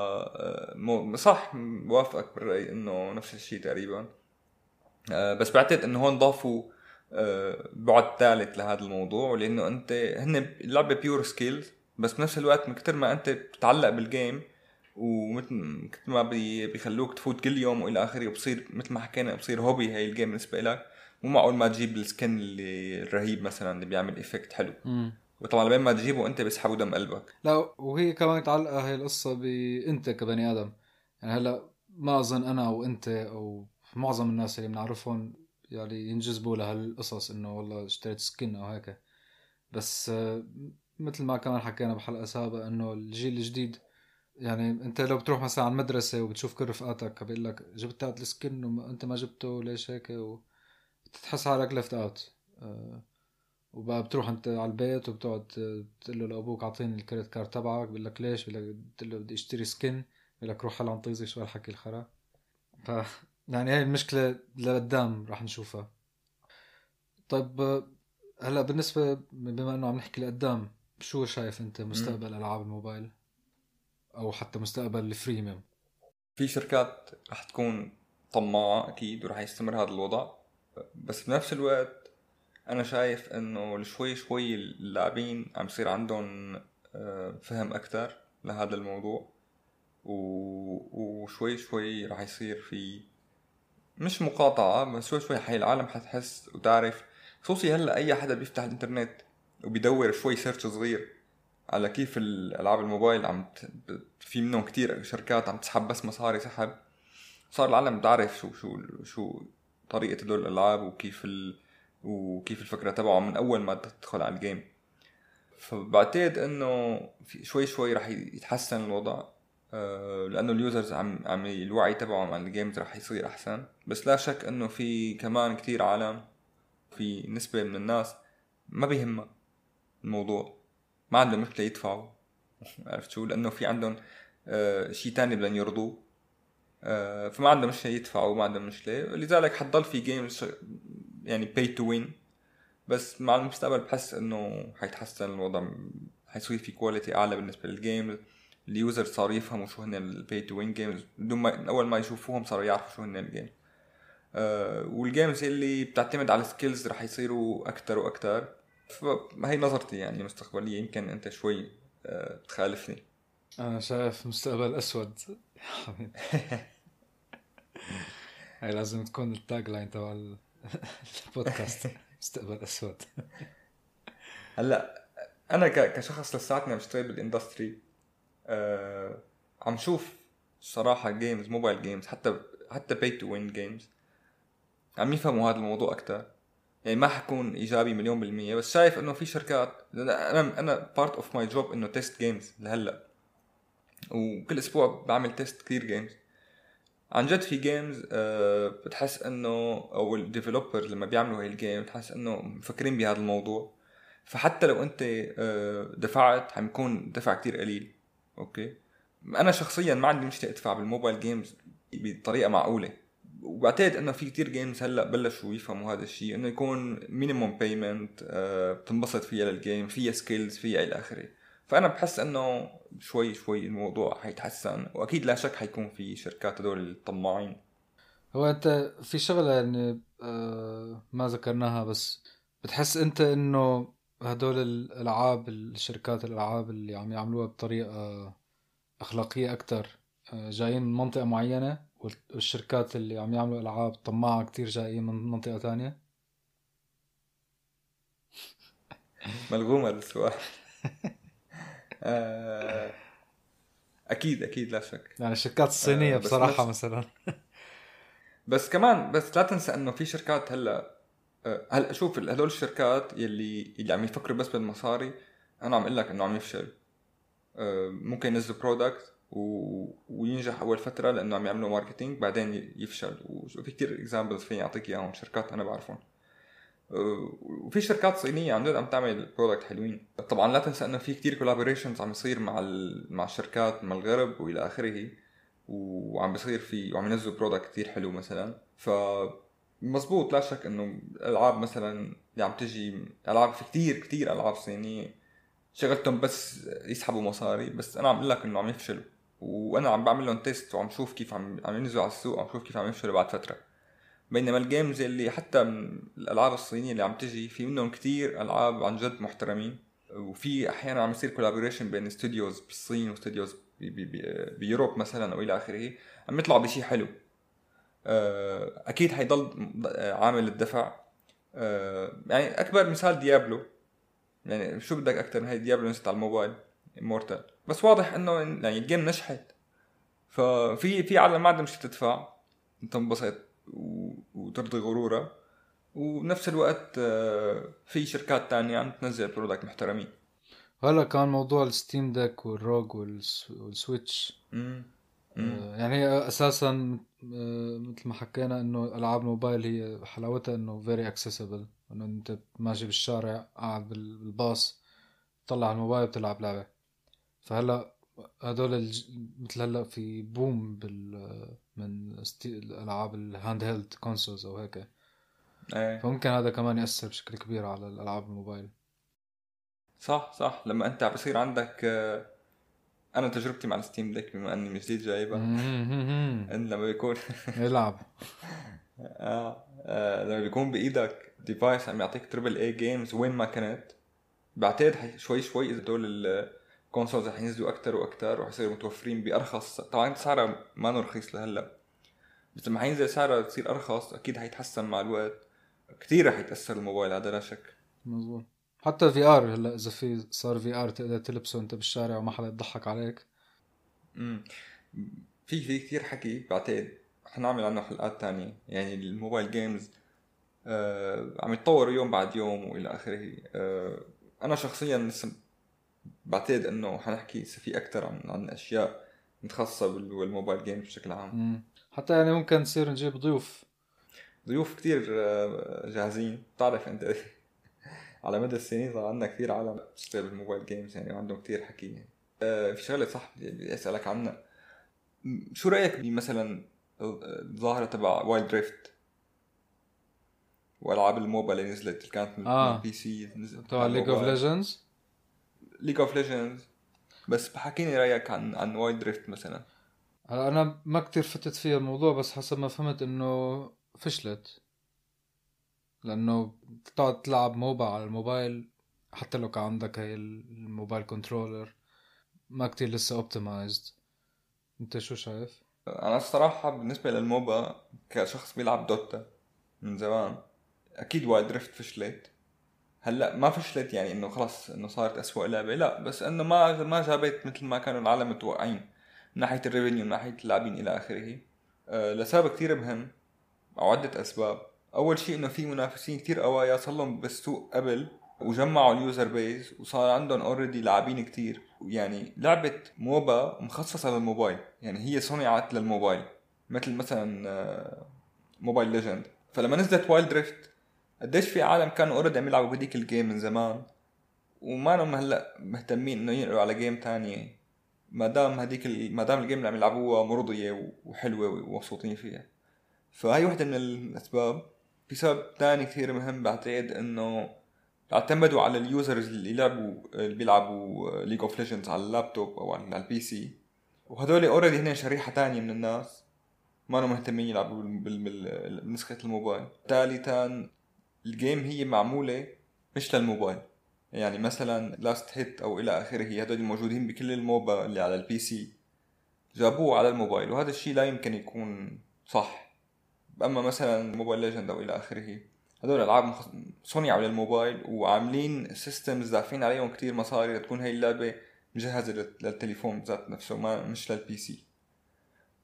Speaker 1: صح بوافقك بالراي انه نفس الشيء تقريبا. بس بعتقد انه هون ضافوا بعد ثالث لهذا الموضوع، لانه انت هن اللعبه بيور سكيلز، بس بنفس الوقت من كتر ما انت بتتعلق بالجيم ومثل كتر ما بيخلوك تفوت كل يوم والى اخره، وبصير مثل ما حكينا بصير هوبي هاي الجيم بالنسبه لك. مو معقول ما تجيب السكن اللي الرهيب مثلا اللي بيعمل ايفكت حلو،
Speaker 2: مم.
Speaker 1: وطبعا لبين ما تجيبه انت بيسحبوا دم قلبك.
Speaker 2: لا وهي كمان متعلقه هاي القصه بانت كبني ادم. يعني هلا ما اظن انا او انت او معظم الناس اللي بنعرفهم يعني ينجذبوا لهالقصص انه والله اشتريت سكن او هيك. بس آه، مثل ما كمان حكينا بحلقه سابقه انه الجيل الجديد، يعني انت لو بتروح مثلا على المدرسه وبتشوف كل رفقاتك بيقول لك جبت هذا السكن وانت ما جبته ليش هيك، وتتحس حالك ليفت اوت. وبقى بتروح انت على البيت وبتقعد تقول له لابوك اعطيني الكريدت كارد تبعك، بقول لك ليش، بقول لك بتقول له بدي اشتري سكن، بقول لك روح هلا عم طيزي شو هالحكي الخرا. ف يعني هاي المشكله لقدام راح نشوفها. طيب هلا بالنسبه بما انه عم نحكي لقدام، شو شايف انت مستقبل العاب الموبايل او حتى مستقبل الفريميوم؟
Speaker 1: في شركات رح تكون طماعة أكيد ورح يستمر هذا الوضع، بس بنفس الوقت أنا شايف إنه شوي شوي اللاعبين عم يصير عندهم فهم أكتر لهذا الموضوع، وشوي شوي رح يصير في مش مقاطعة، بس شوي شوي حي العالم حتحس وتعرف. خصوصي هلا أي حدا بيفتح الإنترنت وبيدور شوي سيرش صغير على كيف الالعاب الموبايل عم ت... في منهم كتير شركات عم تسحب بس مصاري سحب، صار العالم بتعرف شو شو شو طريقة هدول الالعاب وكيف ال... وكيف الفكرة تبعه من اول ما تدخل على الجيم. فبعتقد انه في شوي شوي رح يتحسن الوضع، أه لانه اليوزرز عم عم الوعي تبعهم عن الجيمز رح يصير احسن. بس لا شك انه في كمان كتير عالم، في نسبة من الناس ما بيهمها الموضوع، ما عندهم مشكلة يدفعوا عرفت شو، لأنه في عندهم آه شيء تاني بدهم يرضوه، آه فما عندهم مشكلة يدفعوا، ما عندهم مشكلة. لذلك حتضل في جيمز يعني pay to win، بس مع المستقبل بحس إنه حيتحسن الوضع، حيصير في كواليتي أعلى بالنسبة للجيمز. اليوزر صاروا يفهموا شو هن البي تو وين جيمز بدون ما أول ما يشوفوهم صاروا يعرفوا شو هن الجيم. آه والجيمز اللي بتعتمد على سكيلز رح يصيروا أكتر وأكتر. فهي نظرتي يعني مستقبلية، يمكن أنت شوي أه تخالفني.
Speaker 2: انا شايف مستقبل اسود. هاي لازم تكون التاج لاين تبع البودكاست. مستقبل اسود.
Speaker 1: هلا انا كشخص لساتني عم بشتغل بالاندستري، أه عم شوف صراحه جيمز موبايل جيمز حتى حتى باي تو وين جيمز عم يفهموا هذا الموضوع اكثر. يعني ما حكون ايجابي مليون بالمية، بس شايف انه في شركات، انا انا بارت اوف ماي جوب انه تيست جيمز لهلا، وكل اسبوع بعمل تيست كثير جيمز. عن جد في جيمز أه بتحس انه او الديفلوبرز لما بيعملوا هاي الجيم بتحس انه مفكرين بهذا الموضوع، فحتى لو انت دفعت حيكون دفع كتير قليل. اوكي انا شخصيا ما عندي مشكله ادفع بالموبايل جيمز بطريقه معقوله، وبعتقد انه في كتير جيمز هلا بلشوا يفهموا هذا الشيء، انه يكون مينيموم بيمنت بتنبسط فيها للجيم، فيها سكيلز فيها الى اخره. فانا بحس انه شوي شوي الموضوع حيتحسن، واكيد لا شك حيكون في شركات هدول الطماعين.
Speaker 2: هو انت في شغله يعني آه ما ذكرناها، بس بتحس انت انه هدول الالعاب، الشركات الالعاب اللي عم يعملوها بطريقه اخلاقيه اكتر آه جايين من منطقه معينه، والشركات اللي عم يعملوا العاب طماعه كتير جايين من منطقه تانية؟
Speaker 1: ملغوم هذا السؤال. اكيد اكيد لا شك.
Speaker 2: يعني الشركات الصينيه
Speaker 1: بس
Speaker 2: بصراحه
Speaker 1: نفس
Speaker 2: مثلا.
Speaker 1: بس كمان بس لا تنسى انه في شركات هلا آه، هلا شوف هدول الشركات يلي اللي عم يفكروا بس بالمصاري، انا عم اقول لك انه عم يفشل. آه، ممكن ينزلوا برودكت و... وينجح اول فتره لانه عم يعملوا ماركتينج، بعدين ي- يفشل. وفي كتير اكزامبلز فيني اعطيك اياهم، شركات انا بعرفهم. آه، وفي شركات صينيه عن جد عم تعمل برودكت حلوين. طبعا لا تنسى انه في كتير كولابوريشنز عم يصير مع ال... مع الشركات مع الغرب والى اخره، وعم بيصير في وعم ينزلوا برودكت كتير حلو مثلا. ف مزبوط، لا شك انه الالعاب مثلا اللي عم تجي العاب، في كتير كتير العاب صينيه شغلتهم بس يسحبوا مصاري، بس انا عم اقول لك انه عم يفشلوا. وانا عم بعمل لهم تيست وعم شوف كيف عم عم ينزلوا على السوق، عم شوف كيف عم يفشلوا بعد فتره. بينما الجيمز اللي حتى من الالعاب الصينيه اللي عم تجي، في منهم كتير العاب عن جد محترمين. وفي احيانا عم يصير كولابوريشن بين استوديوز بالصين واستوديوز بي- بي- بي- بيوروب مثلا او الى اخره، عم يطلعوا بشيء حلو. آه، اكيد حيضل عامل الدفع. آه، يعني اكبر مثال ديابلو، يعني شو بدك اكتر من هي؟ ديابلو نزلت على الموبايل امورتال، بس واضح انه يعني الجيم نجحت. ففي في عالم ما عندها مش تدفع، تنبسط و- وترضي غرورها، وبنفس الوقت آه، في شركات تانية عم تنزل برودكت محترمين.
Speaker 2: هلا كان موضوع الستيم ديك والروج والس- والسويتش.
Speaker 1: امم امم
Speaker 2: آه، يعني هي اساسا آه، مثل ما حكينا انه العاب الموبايل هي حلاوتها انه very accessible، انه انت ماشي بالشارع قاعد بال- بالباص تطلع على الموبايل بتلعب لعبة. فهلا هدول الج... مثل هلا في بوم بال من ستي... الالعاب الهاند هيلد كونسولز او هيك.
Speaker 1: ايه
Speaker 2: فممكن هذا كمان يأثر بشكل كبير على الالعاب الموبايل.
Speaker 1: صح صح. لما انت بصير عندك آه، انا تجربتي مع الستيم ديك بما اني من جديد جايبها ان لما بيكون
Speaker 2: يلعب.
Speaker 1: آه. آه لما بيكون بايدك ديفايس عم يعطيك تربل اي جيمز وين ما كانت، بعتقد حي- شوي شوي اذا دول الكونسولز رح ينزلوا اكتر واكتر وحيصيروا متوفرين بارخص. طبعا سعرها ما نو رخيص لهلا، بس لما حينزل سعرها تصير ارخص اكيد حيتحسن مع الوقت. كتير رح يتاثر الموبايل هذا لا شك.
Speaker 2: مظبوط. حتى في ار هلا اذا في صار في ار تقدر تلبسه انت بالشارع وما حدا يضحك عليك.
Speaker 1: امم في في كتير حكي، بعتقد حنعمل عنه حلقات تانية. يعني الموبايل جيمز آه عم يتطور يوم بعد يوم والى اخره. آه انا شخصيا لسه بعتقد انه حنحكي لسه في اكثر عن عن اشياء متخصصه بال- بالموبايل جيمز بشكل عام.
Speaker 2: مم. حتى يعني ممكن نصير نجيب ضيوف.
Speaker 1: ضيوف كتير آه، جاهزين. بتعرف انت على مدى السنين صار عندنا كتير عالم بتشتغل بالموبايل جيمز يعني، وعندهم كتير حكي يعني. آه، في شغله صح بدي بدي اسالك عنها. م- شو رايك بمثلا الظاهره تبع وايلد دريفت والعاب الموبا اللي نزلت اللي كانت من من
Speaker 2: اه
Speaker 1: البي سي نزلت
Speaker 2: تبع
Speaker 1: على
Speaker 2: ليج اوف
Speaker 1: الموبايل؟
Speaker 2: ليجندز.
Speaker 1: ليج اوف ليجندز. بس بحكيني رايك عن عن وايلد دريفت مثلا.
Speaker 2: هلا انا ما كتير فتت فيها الموضوع، بس حسب ما فهمت انه فشلت، لانه تقعد تلعب موبا على الموبايل حتى لو كان عندك هاي الموبايل كنترولر ما كتير لسه اوبتمايزد. انت شو شايف؟
Speaker 1: انا الصراحه بالنسبه للموبا كشخص بيلعب دوتا من زمان، اكيد وايلد دريفت فشلت. هلا ما فشلت يعني انه خلص انه صارت اسوأ لعبه، لا، بس انه ما ما جابت مثل ما كانوا العالم متوقعين من ناحيه الريفينيو من ناحيه اللاعبين الى اخره. أه لسبب كتير مهم او عده اسباب. اول شيء انه في منافسين كتير قوايا صار لهم بالسوق قبل وجمعوا اليوزر بيز وصار عندهم اوريدي لاعبين كتير. يعني لعبه موبا مخصصه للموبايل، يعني هي صنعت للموبايل، مثل مثلا آه، موبايل ليجند. فلما نزلت وايلد دريفت قديش في عالم كانوا اوريدي عم يلعبوا بهديك الجيم من زمان، وما لهم هلا مهتمين انه ينقلوا على جيم تانية ما دام هديك ال... ما دام الجيم اللي عم يلعبوها مرضية وحلوة ومبسوطين فيها. فهي واحدة من الاسباب. في سبب تاني كثير مهم بعتقد انه اعتمدوا على اليوزرز اللي يلعبوا اللي بيلعبوا ليج اوف ليجندز على اللابتوب او على البي سي، وهدول اوريدي هن شريحة تانية من الناس ما لهم مهتمين يلعبوا بال... بال... بال... بنسخة الموبايل. ثالثا الجيم هي معمولة مش للموبايل. يعني مثلا لاست هيت او الى اخره هدول الموجودين بكل الموبا اللي على البي سي جابوه على الموبايل، وهذا الشيء لا يمكن يكون صح. اما مثلا موبايل ليجند او الى اخره هدول العاب مخ... صنعوا للموبايل وعاملين سيستمز دافعين عليهم كتير مصاري لتكون هي اللعبة مجهزة لل- للتليفون ذات نفسه، ما مش للبي سي.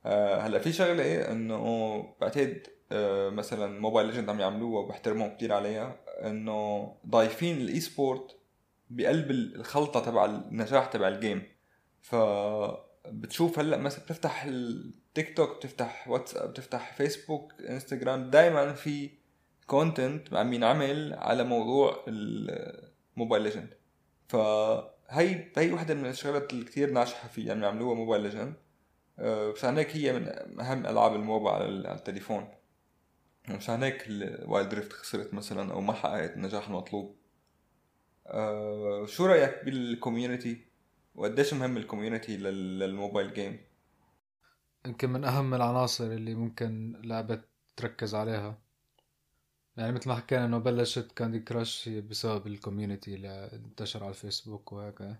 Speaker 1: آه هلا في شغله ايه انه بعتقد آه مثلا موبايل ليجند عم يعملوها وبحترمهم كتير عليها، انه ضايفين الاي سبورت بقلب الخلطه تبع النجاح تبع الجيم. ف بتشوف هلا مثلا بتفتح التيك توك، بتفتح واتساب، بتفتح فيسبوك، انستغرام، دائما في كونتنت عم ينعمل على موضوع الموبايل ليجند. فهي هي وحده من الشغلات اللي كتير ناجحه فيه عم يعملوها موبايل ليجند. مشان هيك هي من اهم العاب الموبا على التليفون. مشان هيك الوايلد دريفت خسرت مثلا او ما حققت النجاح المطلوب. أه شو رايك بالكوميونتي وقديش مهم الكوميونتي للموبايل جيم؟
Speaker 2: يمكن من أهم العناصر اللي ممكن لعبة تركز عليها. يعني مثل ما حكينا إنه بلشت كاندي كراش بسبب الكوميونتي اللي انتشر على الفيسبوك وهيك.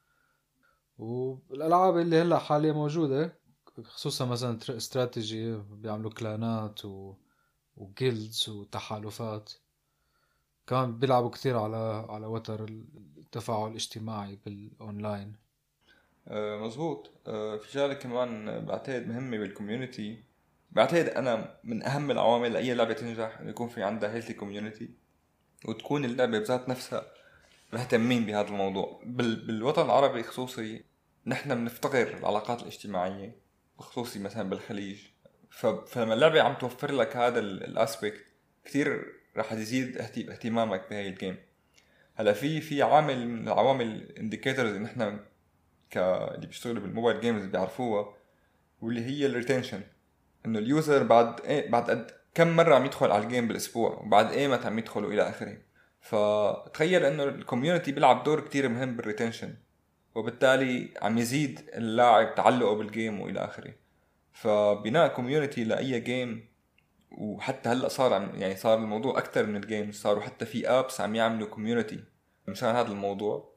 Speaker 2: والألعاب اللي هلا حاليا موجودة خصوصا مثلا استراتيجي بيعملوا كلانات و... وجيلدز وتحالفات، كمان بيلعبوا كتير على على وتر التفاعل الاجتماعي بالأونلاين.
Speaker 1: أه مزبوط. أه في شغله كمان بعتقد مهمه بالكوميونتي، بعتقد انا من اهم العوامل لاي لعبه تنجح انه يكون في عندها هيلثي كوميونتي، وتكون اللعبه بذات نفسها مهتمين بهذا الموضوع. بال... بالوطن العربي خصوصي نحن بنفتقر العلاقات الاجتماعيه، خصوصي مثلا بالخليج. ف... فلما اللعبه عم توفر لك هذا الاسبكت كثير راح يزيد اهتي- اهتمامك بهاي الجيم. هلا في في عامل من العوامل الانديكيتورز اللي نحن ك اللي بيشتغلوا بالموبايل جيمز بيعرفوها، واللي هي الريتنشن. انه اليوزر بعد ايه بعد قد كم مره عم يدخل على الجيم بالاسبوع، وبعد ايمت عم يدخلوا الى اخره. فتخيل انه الكوميونتي بيلعب دور كتير مهم بالريتنشن، وبالتالي عم يزيد اللاعب تعلقه بالجيم والى اخره. فبناء كوميونتي لاي جيم، وحتى هلا صار عم يعني صار الموضوع اكثر من الجيم، صاروا حتى في ابس عم يعملوا كوميونتي مشان هذا الموضوع.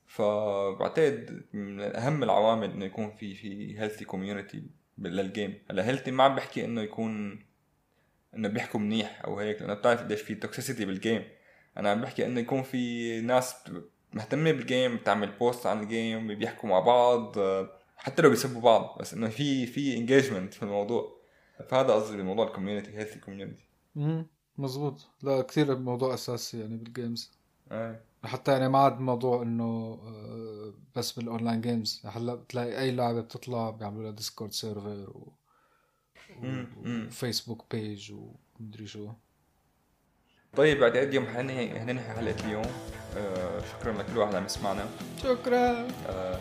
Speaker 1: فبعتقد من اهم العوامل انه يكون في في هيلثي كوميونتي للجيم. هلا هيلثي ما عم بحكي انه يكون انه بيحكوا منيح او هيك، لانه بتعرف قديش في توكسيسيتي بالجيم. انا عم بحكي انه يكون في ناس مهتمه بالجيم، بتعمل بوست عن الجيم، بيحكوا مع بعض حتى لو بيسبوا بعض، بس انه في في انجيجمنت في الموضوع. فهذا قصدي بموضوع الكوميونتي، هيلثي كوميونتي.
Speaker 2: امم مزبوط. لا كثير موضوع اساسي يعني بالجيمز.
Speaker 1: آه.
Speaker 2: حتى يعني ما عاد موضوع انه آه، بس بالاونلاين جيمز. هلا بتلاقي اي لعبه بتطلع بيعملوا لها ديسكورد سيرفر و... و... وفيسبوك بيج ومدري شو.
Speaker 1: طيب بعتقد يوم هننهي هننهي حلقة اليوم. آه شكرا لكل واحد عم يسمعنا.
Speaker 2: شكرا.
Speaker 1: آه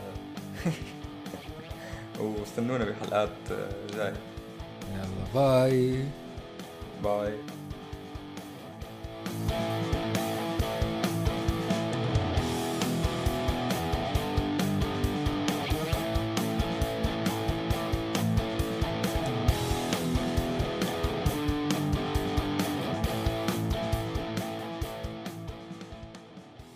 Speaker 1: واستنونا بحلقات آه، جاي.
Speaker 2: يلا باي.
Speaker 1: باي.